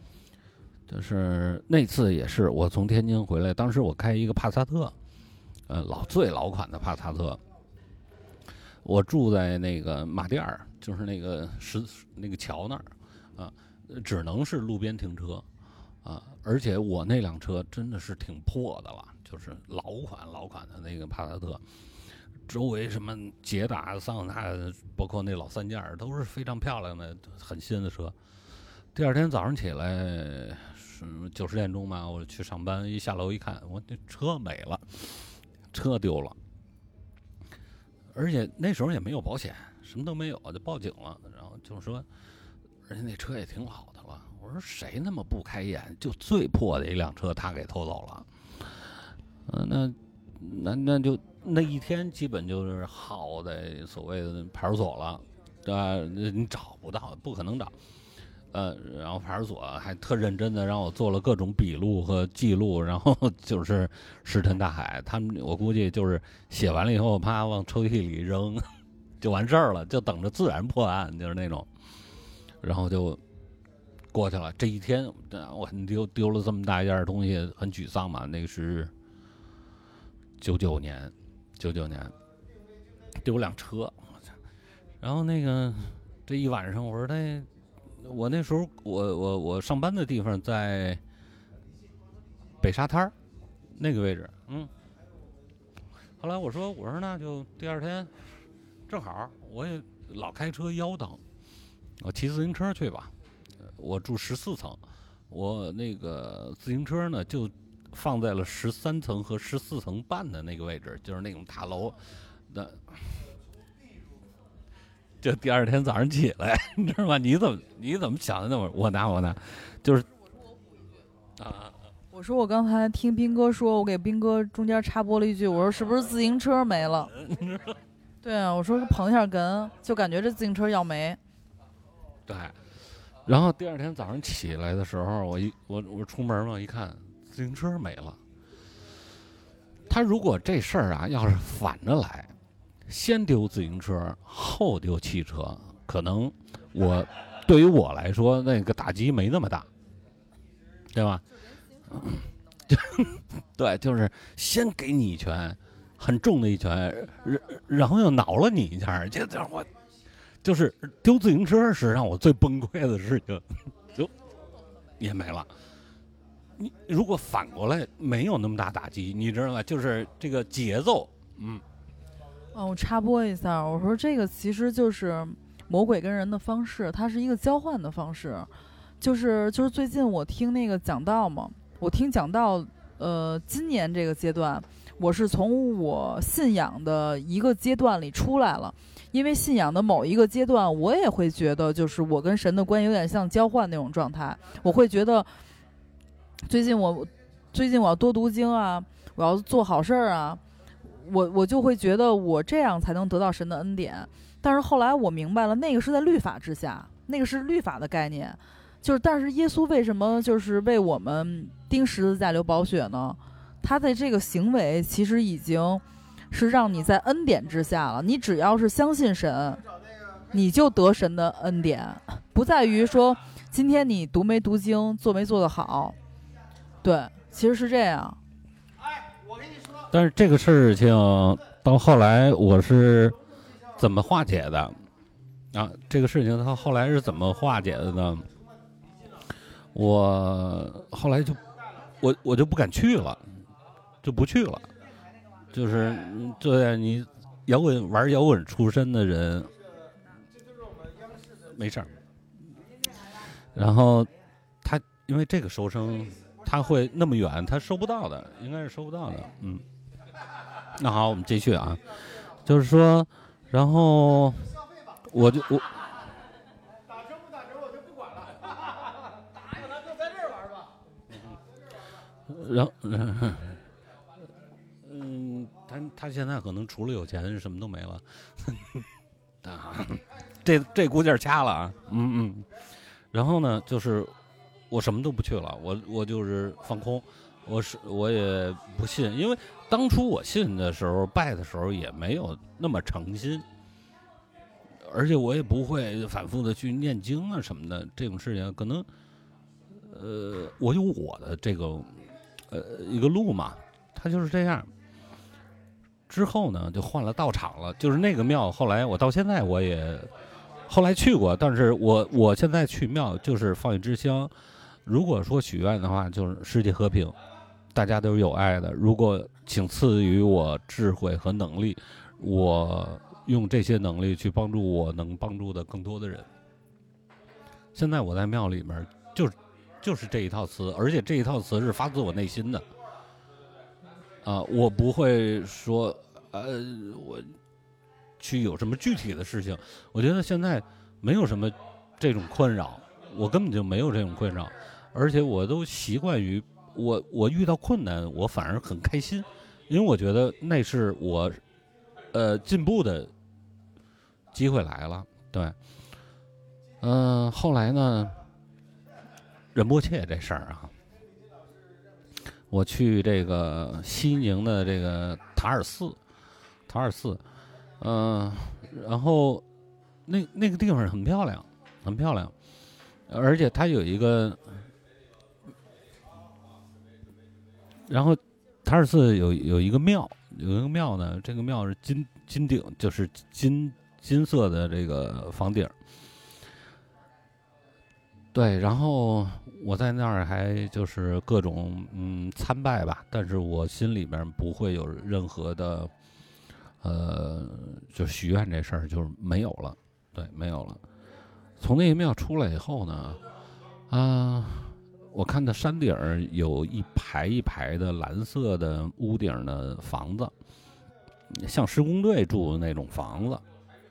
A: 就是那次也是我从天津回来，当时我开一个帕萨特，最老款的帕萨特，我住在那个马甸儿，就是那个桥那儿啊，只能是路边停车。而且我那辆车真的是挺破的了，就是老款的那个帕萨特，周围什么捷达、桑塔纳，包括那老三件都是非常漂亮的，很新的车。第二天早上起来是90点钟嘛，我去上班，一下楼一看，我这车没了，车丢了，而且那时候也没有保险，什么都没有，就报警了，然后就说，而且那车也挺老的了。我说谁那么不开眼，就最破的一辆车他给偷走了，那就那一天基本就是耗在所谓的派出所了，对吧？你找不到，不可能找，然后派出所还特认真的让我做了各种笔录和记录，然后就是石沉大海，他们我估计就是写完了以后啪往抽屉里扔，就完事儿了，就等着自然破案，就是那种，然后就过去了。这一天我很丢了这么大一件东西，很沮丧嘛。那个是99年丢辆车，然后那个这一晚上，我说我那时候我上班的地方在北沙滩那个位置，后来我说那就第二天正好我也老开车腰疼，我骑自行车去吧。我住14层，我那个自行车呢就放在了13层和14层半的那个位置，就是那种大楼的。就第二天早上起来，你知道吗？你怎么想的那么我拿，就是
C: 我说我刚才听斌哥说，我给斌哥中间插播了一句，我说是不是自行车没了？对啊，我说捧一下哏，就感觉这自行车要没。
A: 对。然后第二天早上起来的时候，我出门嘛，一看自行车没了。他如果这事儿要是反着来，先丢自行车后丢汽车，可能对于我来说那个打击没那么大，对吧？对，就是先给你一拳，很重的一拳，然后又挠了你一下，这我。就是丢自行车是让我最崩溃的事情，就也没了。你如果反过来没有那么大打击，你知道吗？就是这个节奏，
C: 我插播一下，我说这个其实就是魔鬼跟人的方式，它是一个交换的方式。就是最近我听那个讲道嘛，我听讲道，今年这个阶段，我是从我信仰的一个阶段里出来了。因为信仰的某一个阶段，我也会觉得，就是我跟神的关系有点像交换那种状态。我会觉得，最近我要多读经啊，我要做好事儿啊，我就会觉得我这样才能得到神的恩典。但是后来我明白了，那个是在律法之下，那个是律法的概念。但是耶稣为什么就是为我们钉十字架流宝血呢？他的这个行为其实已经是让你在恩典之下了。你只要是相信神，你就得神的恩典，不在于说今天你读没读经，做没做得好。对，其实是这样。
A: 但是这个事情到后来我是怎么化解的啊？这个事情到后来是怎么化解的呢？我后来就我就不敢去了，就不去了。就是对你玩摇滚出身的人，没事儿。然后他因为这个收声，他会那么远，他收不到的，应该是收不到的。那好，我们继续啊，就是说，然后我打折不打折我就不管了，打咱就在这儿玩吧。然后，他现在可能除了有钱什么都没了，啊，这股劲儿掐了啊，然后呢，就是我什么都不去了，我就是放空。我也不信，因为当初我信的时候拜的时候也没有那么诚心，而且我也不会反复的去念经啊什么的，这种事情可能我有我的这个一个路嘛，他就是这样。之后呢就换了道场了，就是那个庙后来我到现在我也后来去过，但是我现在去庙就是放一支香，如果说许愿的话就是世界和平，大家都是有爱的。如果请赐予我智慧和能力，我用这些能力去帮助我能帮助的更多的人。现在我在庙里面就是这一套词，而且这一套词是发自我内心的。我不会说我去有什么具体的事情。我觉得现在没有什么这种困扰，我根本就没有这种困扰，而且我都习惯于我遇到困难我反而很开心，因为我觉得那是我进步的机会来了。对，后来呢，仁波切这事儿啊，我去这个西宁的这个塔尔寺，然后那个地方很漂亮，很漂亮，而且它有一个。然后塔尔寺有一个庙，呢，这个庙是金顶，就是金色的这个房顶。对，然后我在那儿还就是各种参拜吧，但是我心里边不会有任何的就许愿这事儿就是没有了，对，没有了。从那个庙出来以后呢，我看到山顶有一排一排的蓝色的屋顶的房子，像施工队住的那种房子。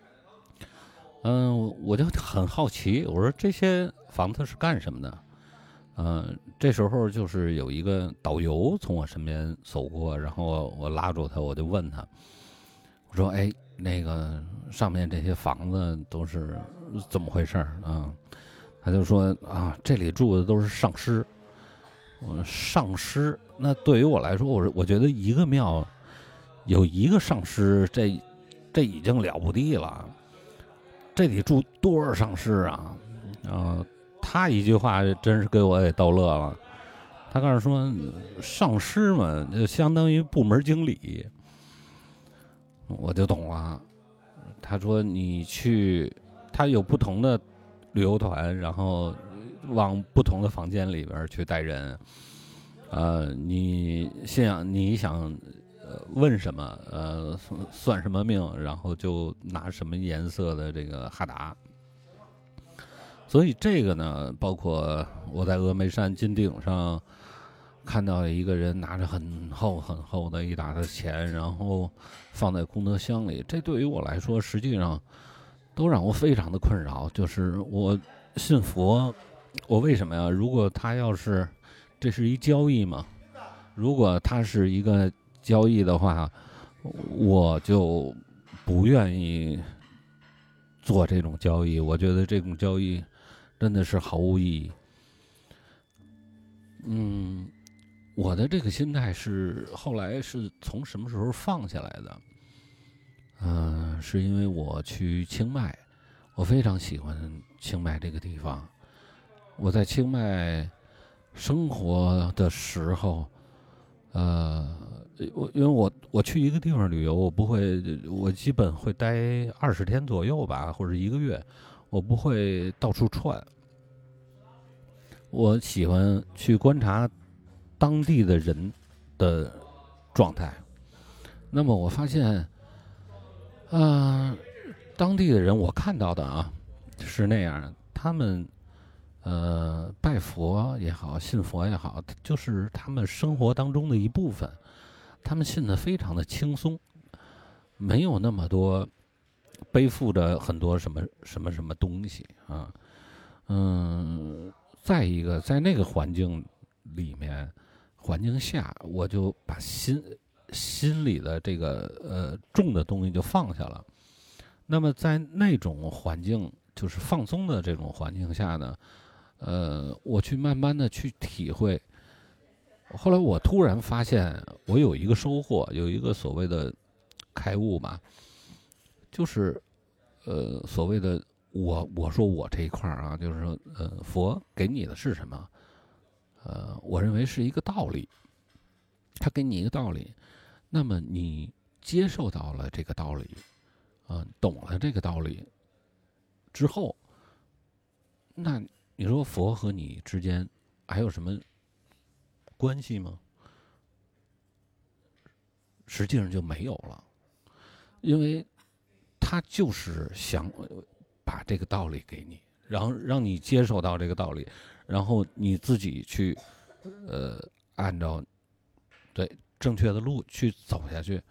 A: 我就很好奇，我说这些房子是干什么的？这时候就是有一个导游从我身边走过，然后我拉住他，我就问他，我说：“哎，那个上面这些房子都是怎么回事啊？”他就说这里住的都是上师。上师，那对于我来说，我觉得一个庙有一个上师，这已经了不地了。这里住多少上师啊？他一句话真是给我给逗乐了。他告诉说，上师嘛，就相当于部门经理。我就懂了。他说你去，他有不同的旅游团，然后往不同的房间里边去带人。你想问什么，算什么命，然后就拿什么颜色的这个哈达。所以这个呢，包括我在峨眉山金顶上看到一个人拿着很厚很厚的一沓的钱，然后放在功德箱里，这对于我来说实际上都让我非常的困扰。就是我信佛，我为什么呀？如果他要是这是一交易嘛，如果他是一个交易的话，我就不愿意做这种交易。我觉得这种交易真的是毫无意义。我的这个心态是后来是从什么时候放下来的？ 是因为我去清迈，我非常喜欢清迈这个地方。我在清迈生活的时候，因为我去一个地方旅游，我基本会待20天左右吧，或者1个月，我不会到处窜。我喜欢去观察当地的人的状态。那么我发现，当地的人我看到的啊是那样的，他们拜佛也好，信佛也好，就是他们生活当中的一部分。他们信得非常的轻松，没有那么多背负着很多什么东西啊。再一个，在那个环境下，我就把心里的这个重的东西就放下了。那么在那种环境，就是放松的这种环境下呢，我去慢慢的去体会。后来我突然发现，我有一个收获，有一个所谓的开悟吧，就是所谓的我说我这一块啊，就是说佛给你的是什么？我认为是一个道理，他给你一个道理，那么你接受到了这个道理，懂了这个道理之后，那你说佛和你之间还有什么关系吗？实际上就没有了，因为他就是想把这个道理给你，然后让你接受到这个道理，然后你自己去按照对正确的路去走下去。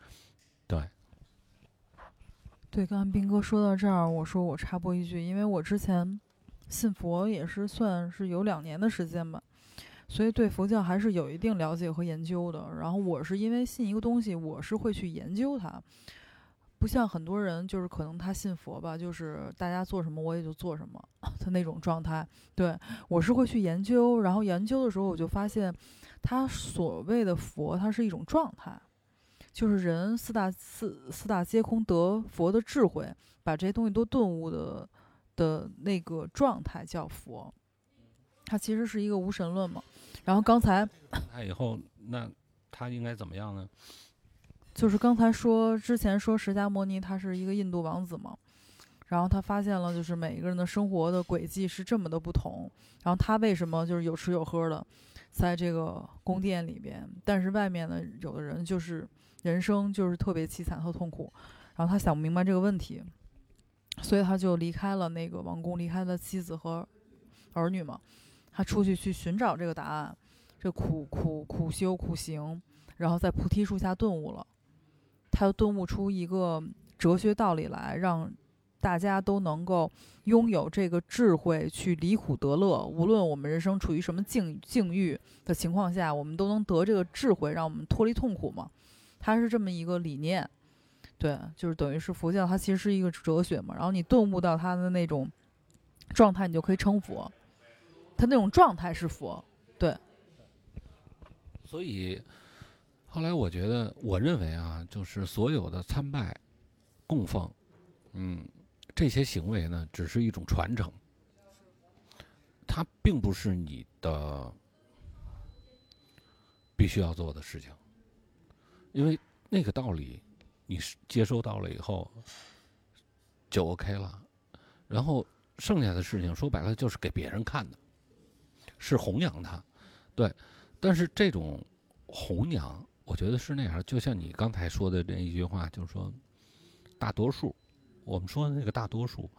C: 对，刚才斌哥说到这儿，我说我插播一句，因为我之前信佛也是算是有2年的时间吧，所以对佛教还是有一定了解和研究的。然后我是因为信一个东西，我是会去研究它，不像很多人就是可能他信佛吧，就是大家做什么我也就做什么的那种状态。对，我是会去研究，然后研究的时候我就发现，他所谓的佛，它是一种状态。就是人四大皆空得佛的智慧，把这些东西都顿悟的那个状态叫佛，它其实是一个无神论嘛。然后刚才
A: 他以后那他应该怎么样呢？
C: 就是刚才之前说释迦牟尼他是一个印度王子嘛，然后他发现了就是每一个人的生活的轨迹是这么的不同，然后他为什么就是有吃有喝的在这个宫殿里边，但是外面呢有的人就是人生就是特别凄惨和痛苦，然后他想不明白这个问题，所以他就离开了那个王宫，离开了妻子和儿女嘛，他出去寻找这个答案，这苦修苦行，然后在菩提树下顿悟了，他又顿悟出一个哲学道理来，让大家都能够拥有这个智慧去离苦得乐，无论我们人生处于什么境遇的情况下，我们都能得这个智慧，让我们脱离痛苦嘛。它是这么一个理念。对，就是等于是佛教它其实是一个哲学嘛，然后你顿悟到它的那种状态，你就可以成佛，它那种状态是佛。对，
A: 所以后来我认为啊，就是所有的参拜供奉这些行为呢，只是一种传承，它并不是你的必须要做的事情，因为那个道理你接收到了以后就 OK 了，然后剩下的事情说白了就是给别人看的，是弘扬它。对，但是这种弘扬我觉得是那样，就像你刚才说的这一句话，就是说大多数，我们说的那个大多数，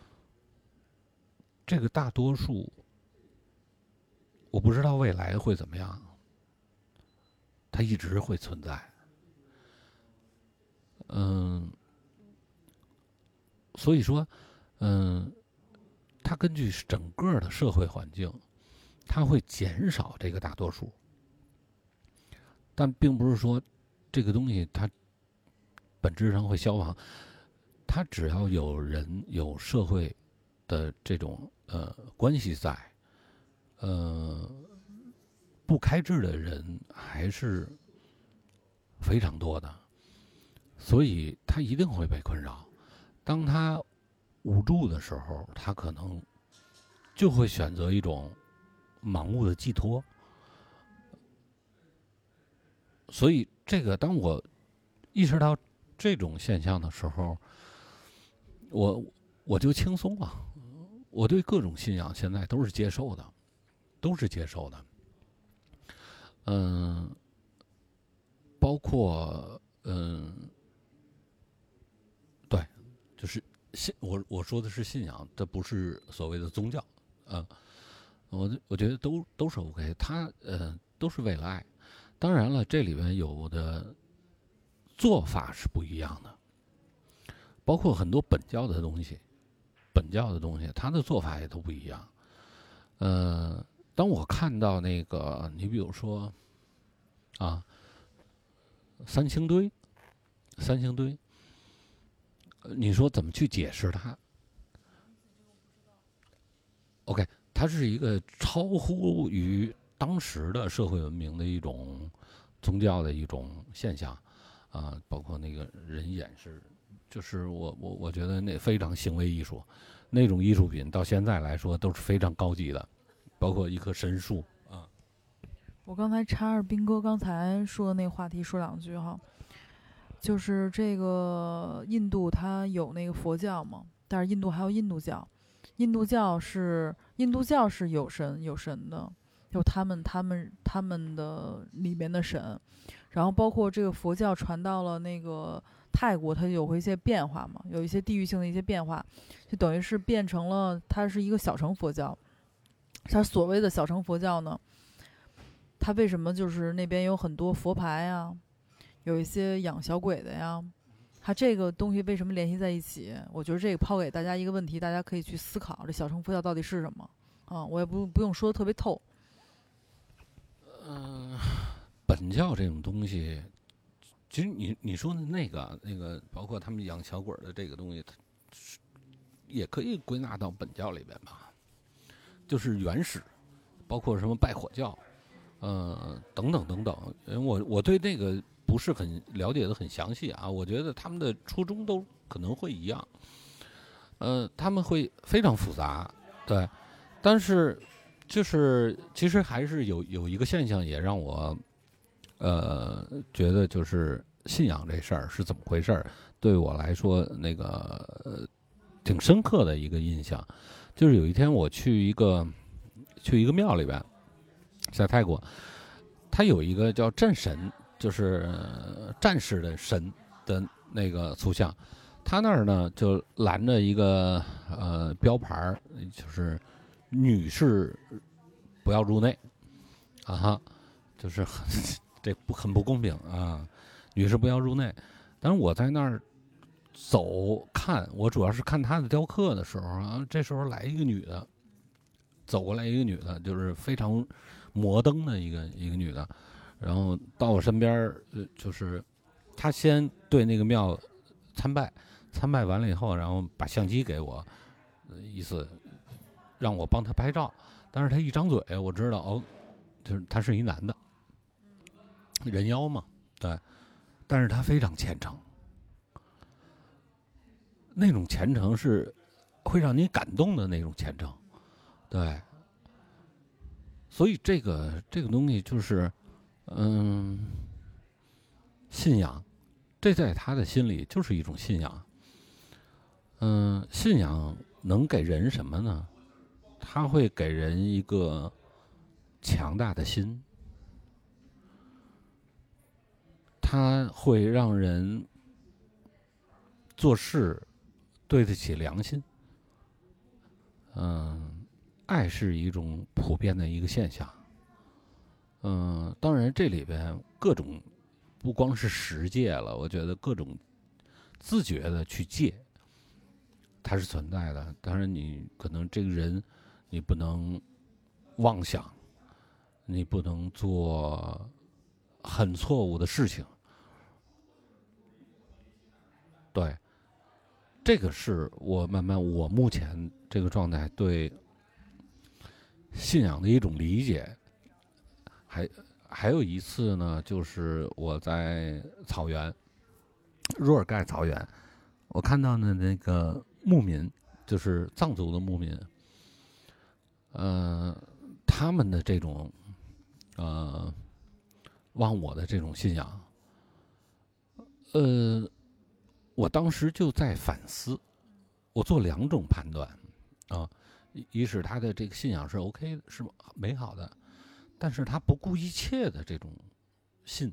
A: 这个大多数我不知道未来会怎么样，它一直会存在。所以说它根据整个的社会环境，它会减少这个大多数，但并不是说这个东西它本质上会消亡，它只要有人有社会的这种关系在，不开智的人还是非常多的。 所以他一定会被困扰。当他无助的时候，他可能就会选择一种盲目的寄托。所以这个当我意识到这种现象的时候，我就轻松了。我对各种信仰现在都是接受的，都是接受的。包括对，就是我说的是信仰，这不是所谓的宗教。我觉得都是 OK， 它都是为了爱。当然了，这里面有的做法是不一样的，包括很多本教的东西，它的做法也都不一样。当我看到那个，你比如说三星堆，你说怎么去解释它 ？OK， 它是一个超乎于当时的社会文明的一种宗教的一种现象包括那个人演示，就是我觉得那非常行为艺术，那种艺术品到现在来说都是非常高级的，包括一棵神树啊。
C: 我刚才插着斌哥刚才说的那个话题说两句哈，就是这个印度它有那个佛教嘛，但是印度还有印度教，印度教是有神的。就他们的里面的神，然后包括这个佛教传到了那个泰国，它有一些变化嘛，有一些地域性的一些变化，就等于是变成了它是一个小乘佛教。它所谓的小乘佛教呢，它为什么就是那边有很多佛牌呀，有一些养小鬼的呀，它这个东西为什么联系在一起？我觉得这个抛给大家一个问题，大家可以去思考，这小乘佛教到底是什么我也不用说的特别透。
A: 本教这种东西，其实你说的那个，包括他们养小鬼的这个东西，它也可以归纳到本教里边吧，就是原始，包括什么拜火教，等等等等。因为我对那个不是很了解的很详细啊，我觉得他们的初衷都可能会一样，他们会非常复杂，对，但是。就是其实还是有一个现象也让我觉得就是信仰这事儿是怎么回事儿，对我来说那个挺深刻的一个印象，就是有一天我去一个庙里边，在泰国，它有一个叫战神，就是战士的神的那个塑像，他那儿呢就拦着一个标牌，就是女士不要入内就是这很不公平啊！女士不要入内。但是我在那儿走看，我主要是看她的雕刻的时候这时候来一个女的，走过来一个女的，就是非常摩登的一个女的，然后到我身边就是她先对那个庙参拜完了以后，然后把相机给我，意思让我帮他拍照，但是他一张嘴，我知道就是他是一男的，人妖嘛，对，但是他非常虔诚，那种虔诚是会让你感动的那种虔诚，对，所以这个东西就是信仰，这在他的心里就是一种信仰，信仰能给人什么呢？它会给人一个强大的心，它会让人做事对得起良心。爱是一种普遍的一个现象。当然这里边各种不光是实戒了，我觉得各种自觉的去戒，它是存在的。当然你可能这个人你不能妄想，你不能做很错误的事情，对，这个是我我目前这个状态对信仰的一种理解。还有一次呢，就是我在草原若尔盖草原，我看到的那个牧民，就是藏族的牧民，他们的这种忘我的这种信仰，我当时就在反思，我做2种判断啊，一是他的这个信仰是 OK 的，是美好的，但是他不顾一切的这种信，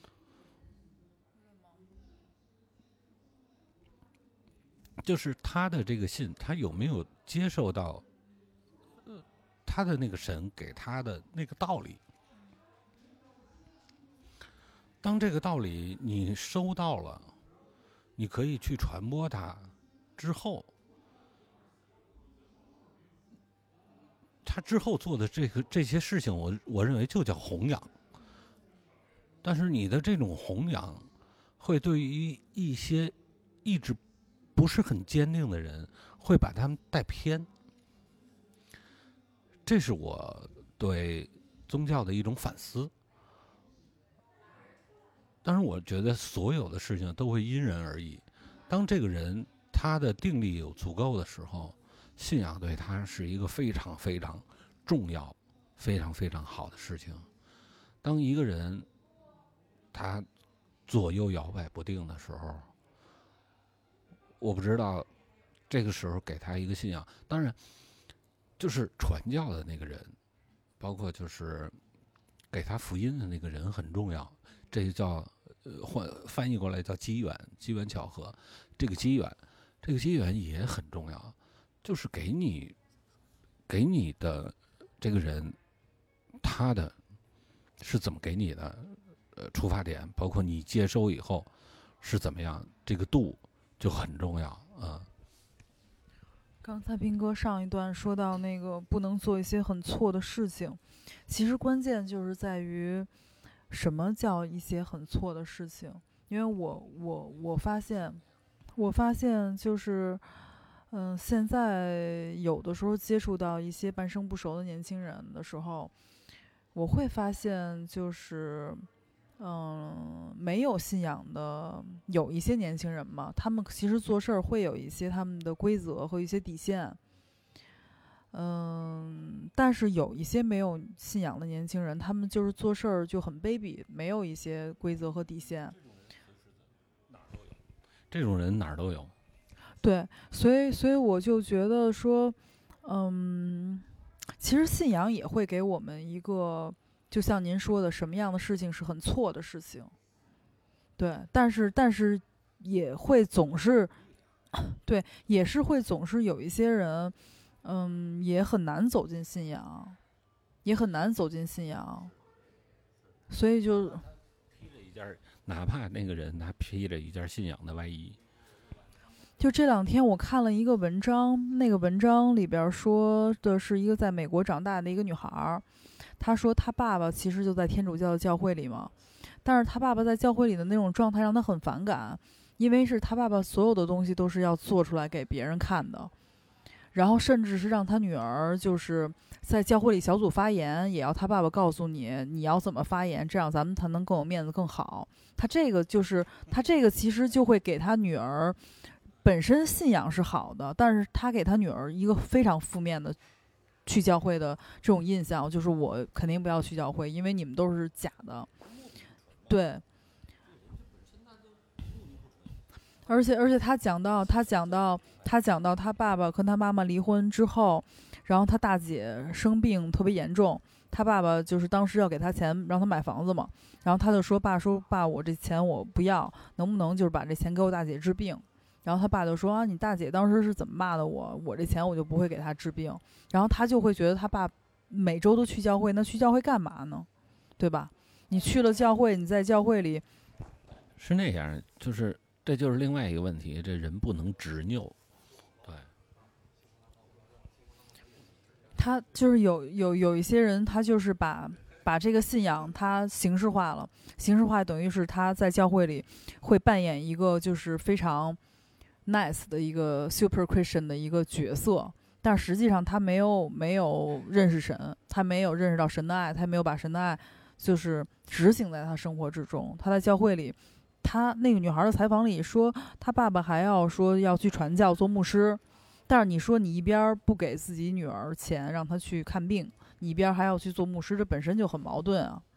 A: 就是他的这个信，他有没有接受到他的那个神给他的那个道理？当这个道理你收到了，你可以去传播它之后，他之后做的这些事情，我认为就叫弘扬。但是你的这种弘扬，会对于一些意志不是很坚定的人，会把他们带偏。这是我对宗教的一种反思。当然，我觉得所有的事情都会因人而异。当这个人他的定力有足够的时候，信仰对他是一个非常非常重要、非常非常好的事情。当一个人他左右摇摆不定的时候，我不知道这个时候给他一个信仰。当然，就是传教的那个人，包括就是给他福音的那个人很重要。这就叫翻译过来叫机缘巧合。这个机缘也很重要，就是给你的这个人，他的是怎么给你的出发点，包括你接收以后是怎么样，这个度就很重要啊。
C: 刚才斌哥上一段说到那个不能做一些很错的事情，其实关键就是在于什么叫一些很错的事情。因为我发现就是现在有的时候接触到一些半生不熟的年轻人的时候，我会发现就是没有信仰的有一些年轻人嘛，他们其实做事儿会有一些他们的规则和一些底线。但是有一些没有信仰的年轻人，他们就是做事儿就很卑鄙，没有一些规则和底线。
A: 这种人哪儿都有。
C: 对，所以我就觉得说，其实信仰也会给我们一个，就像您说的，什么样的事情是很错的事情。对，但是也会总是，对，也是会总是有一些人，也很难走进信仰，所以就
A: 披着一件，哪怕那个人他披着一件信仰的外衣。
C: 就这2天我看了一个文章，那个文章里边说的是一个在美国长大的一个女孩，她说她爸爸其实就在天主教的教会里嘛，但是她爸爸在教会里的那种状态让她很反感，因为是她爸爸所有的东西都是要做出来给别人看的，然后甚至是让她女儿就是在教会里小组发言，也要她爸爸告诉你要怎么发言，这样咱们才能更有面子更好。她这个其实就会给她女儿本身信仰是好的，但是他给他女儿一个非常负面的去教会的这种印象，就是我肯定不要去教会，因为你们都是假的。对，而且他讲到他爸爸跟他妈妈离婚之后，然后他大姐生病特别严重，他爸爸就是当时要给他钱让他买房子嘛，然后他就说爸，我这钱我不要，能不能就是把这钱给我大姐治病？然后他爸就说啊，你大姐当时是怎么骂的我这钱我就不会给她治病。然后他就会觉得他爸每周都去教会，那去教会干嘛呢？对吧？你去了教会，你在教会里
A: 是那样，就是这就是另外一个问题，这人不能执拗。对，
C: 他就是有一些人，他就是把这个信仰他形式化了，形式化等于是他在教会里会扮演一个就是非常nice 的一个 super Christian 的一个角色，但实际上他没有认识神，他没有认识到神的爱，他没有把神的爱就是执行在他生活之中。他在教会里， 她那个女孩的采访里说，她爸爸还要说要去传教做牧师，但是你说你一边不给自己女儿钱让她去看病，你一边还要去做牧师，这本身就很矛盾啊。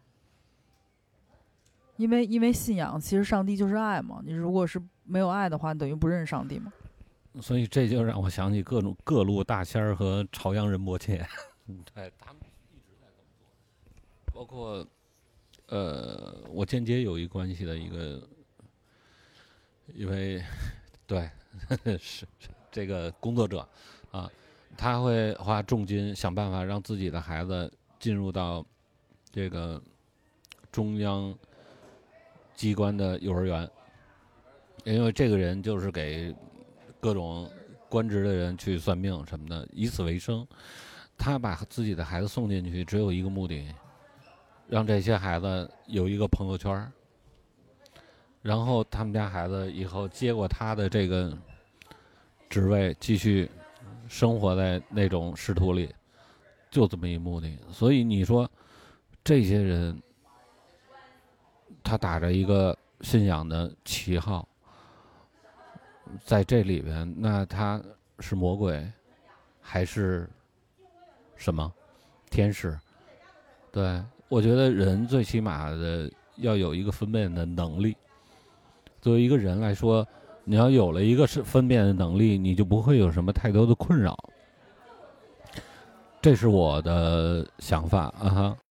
C: 因为信仰其实上帝就是爱嘛，你如果是没有爱的话，等于不认识上帝嘛。
A: 所以这就让我想起各路大仙儿和朝阳仁波切，对，他们一直在这么做，包括我间接有一关系的一个，因为对是这个工作者啊，他会花重金想办法让自己的孩子进入到这个中央机关的幼儿园，因为这个人就是给各种官职的人去算命什么的，以此为生。他把自己的孩子送进去，只有一个目的，让这些孩子有一个朋友圈，然后他们家孩子以后接过他的这个职位，继续生活在那种仕途里，就这么一目的。所以你说这些人，他打着一个信仰的旗号，在这里边，那他是魔鬼还是什么天使？对，我觉得人最起码的要有一个分辨的能力。作为一个人来说，你要有了一个是分辨的能力，你就不会有什么太多的困扰。这是我的想法啊哈。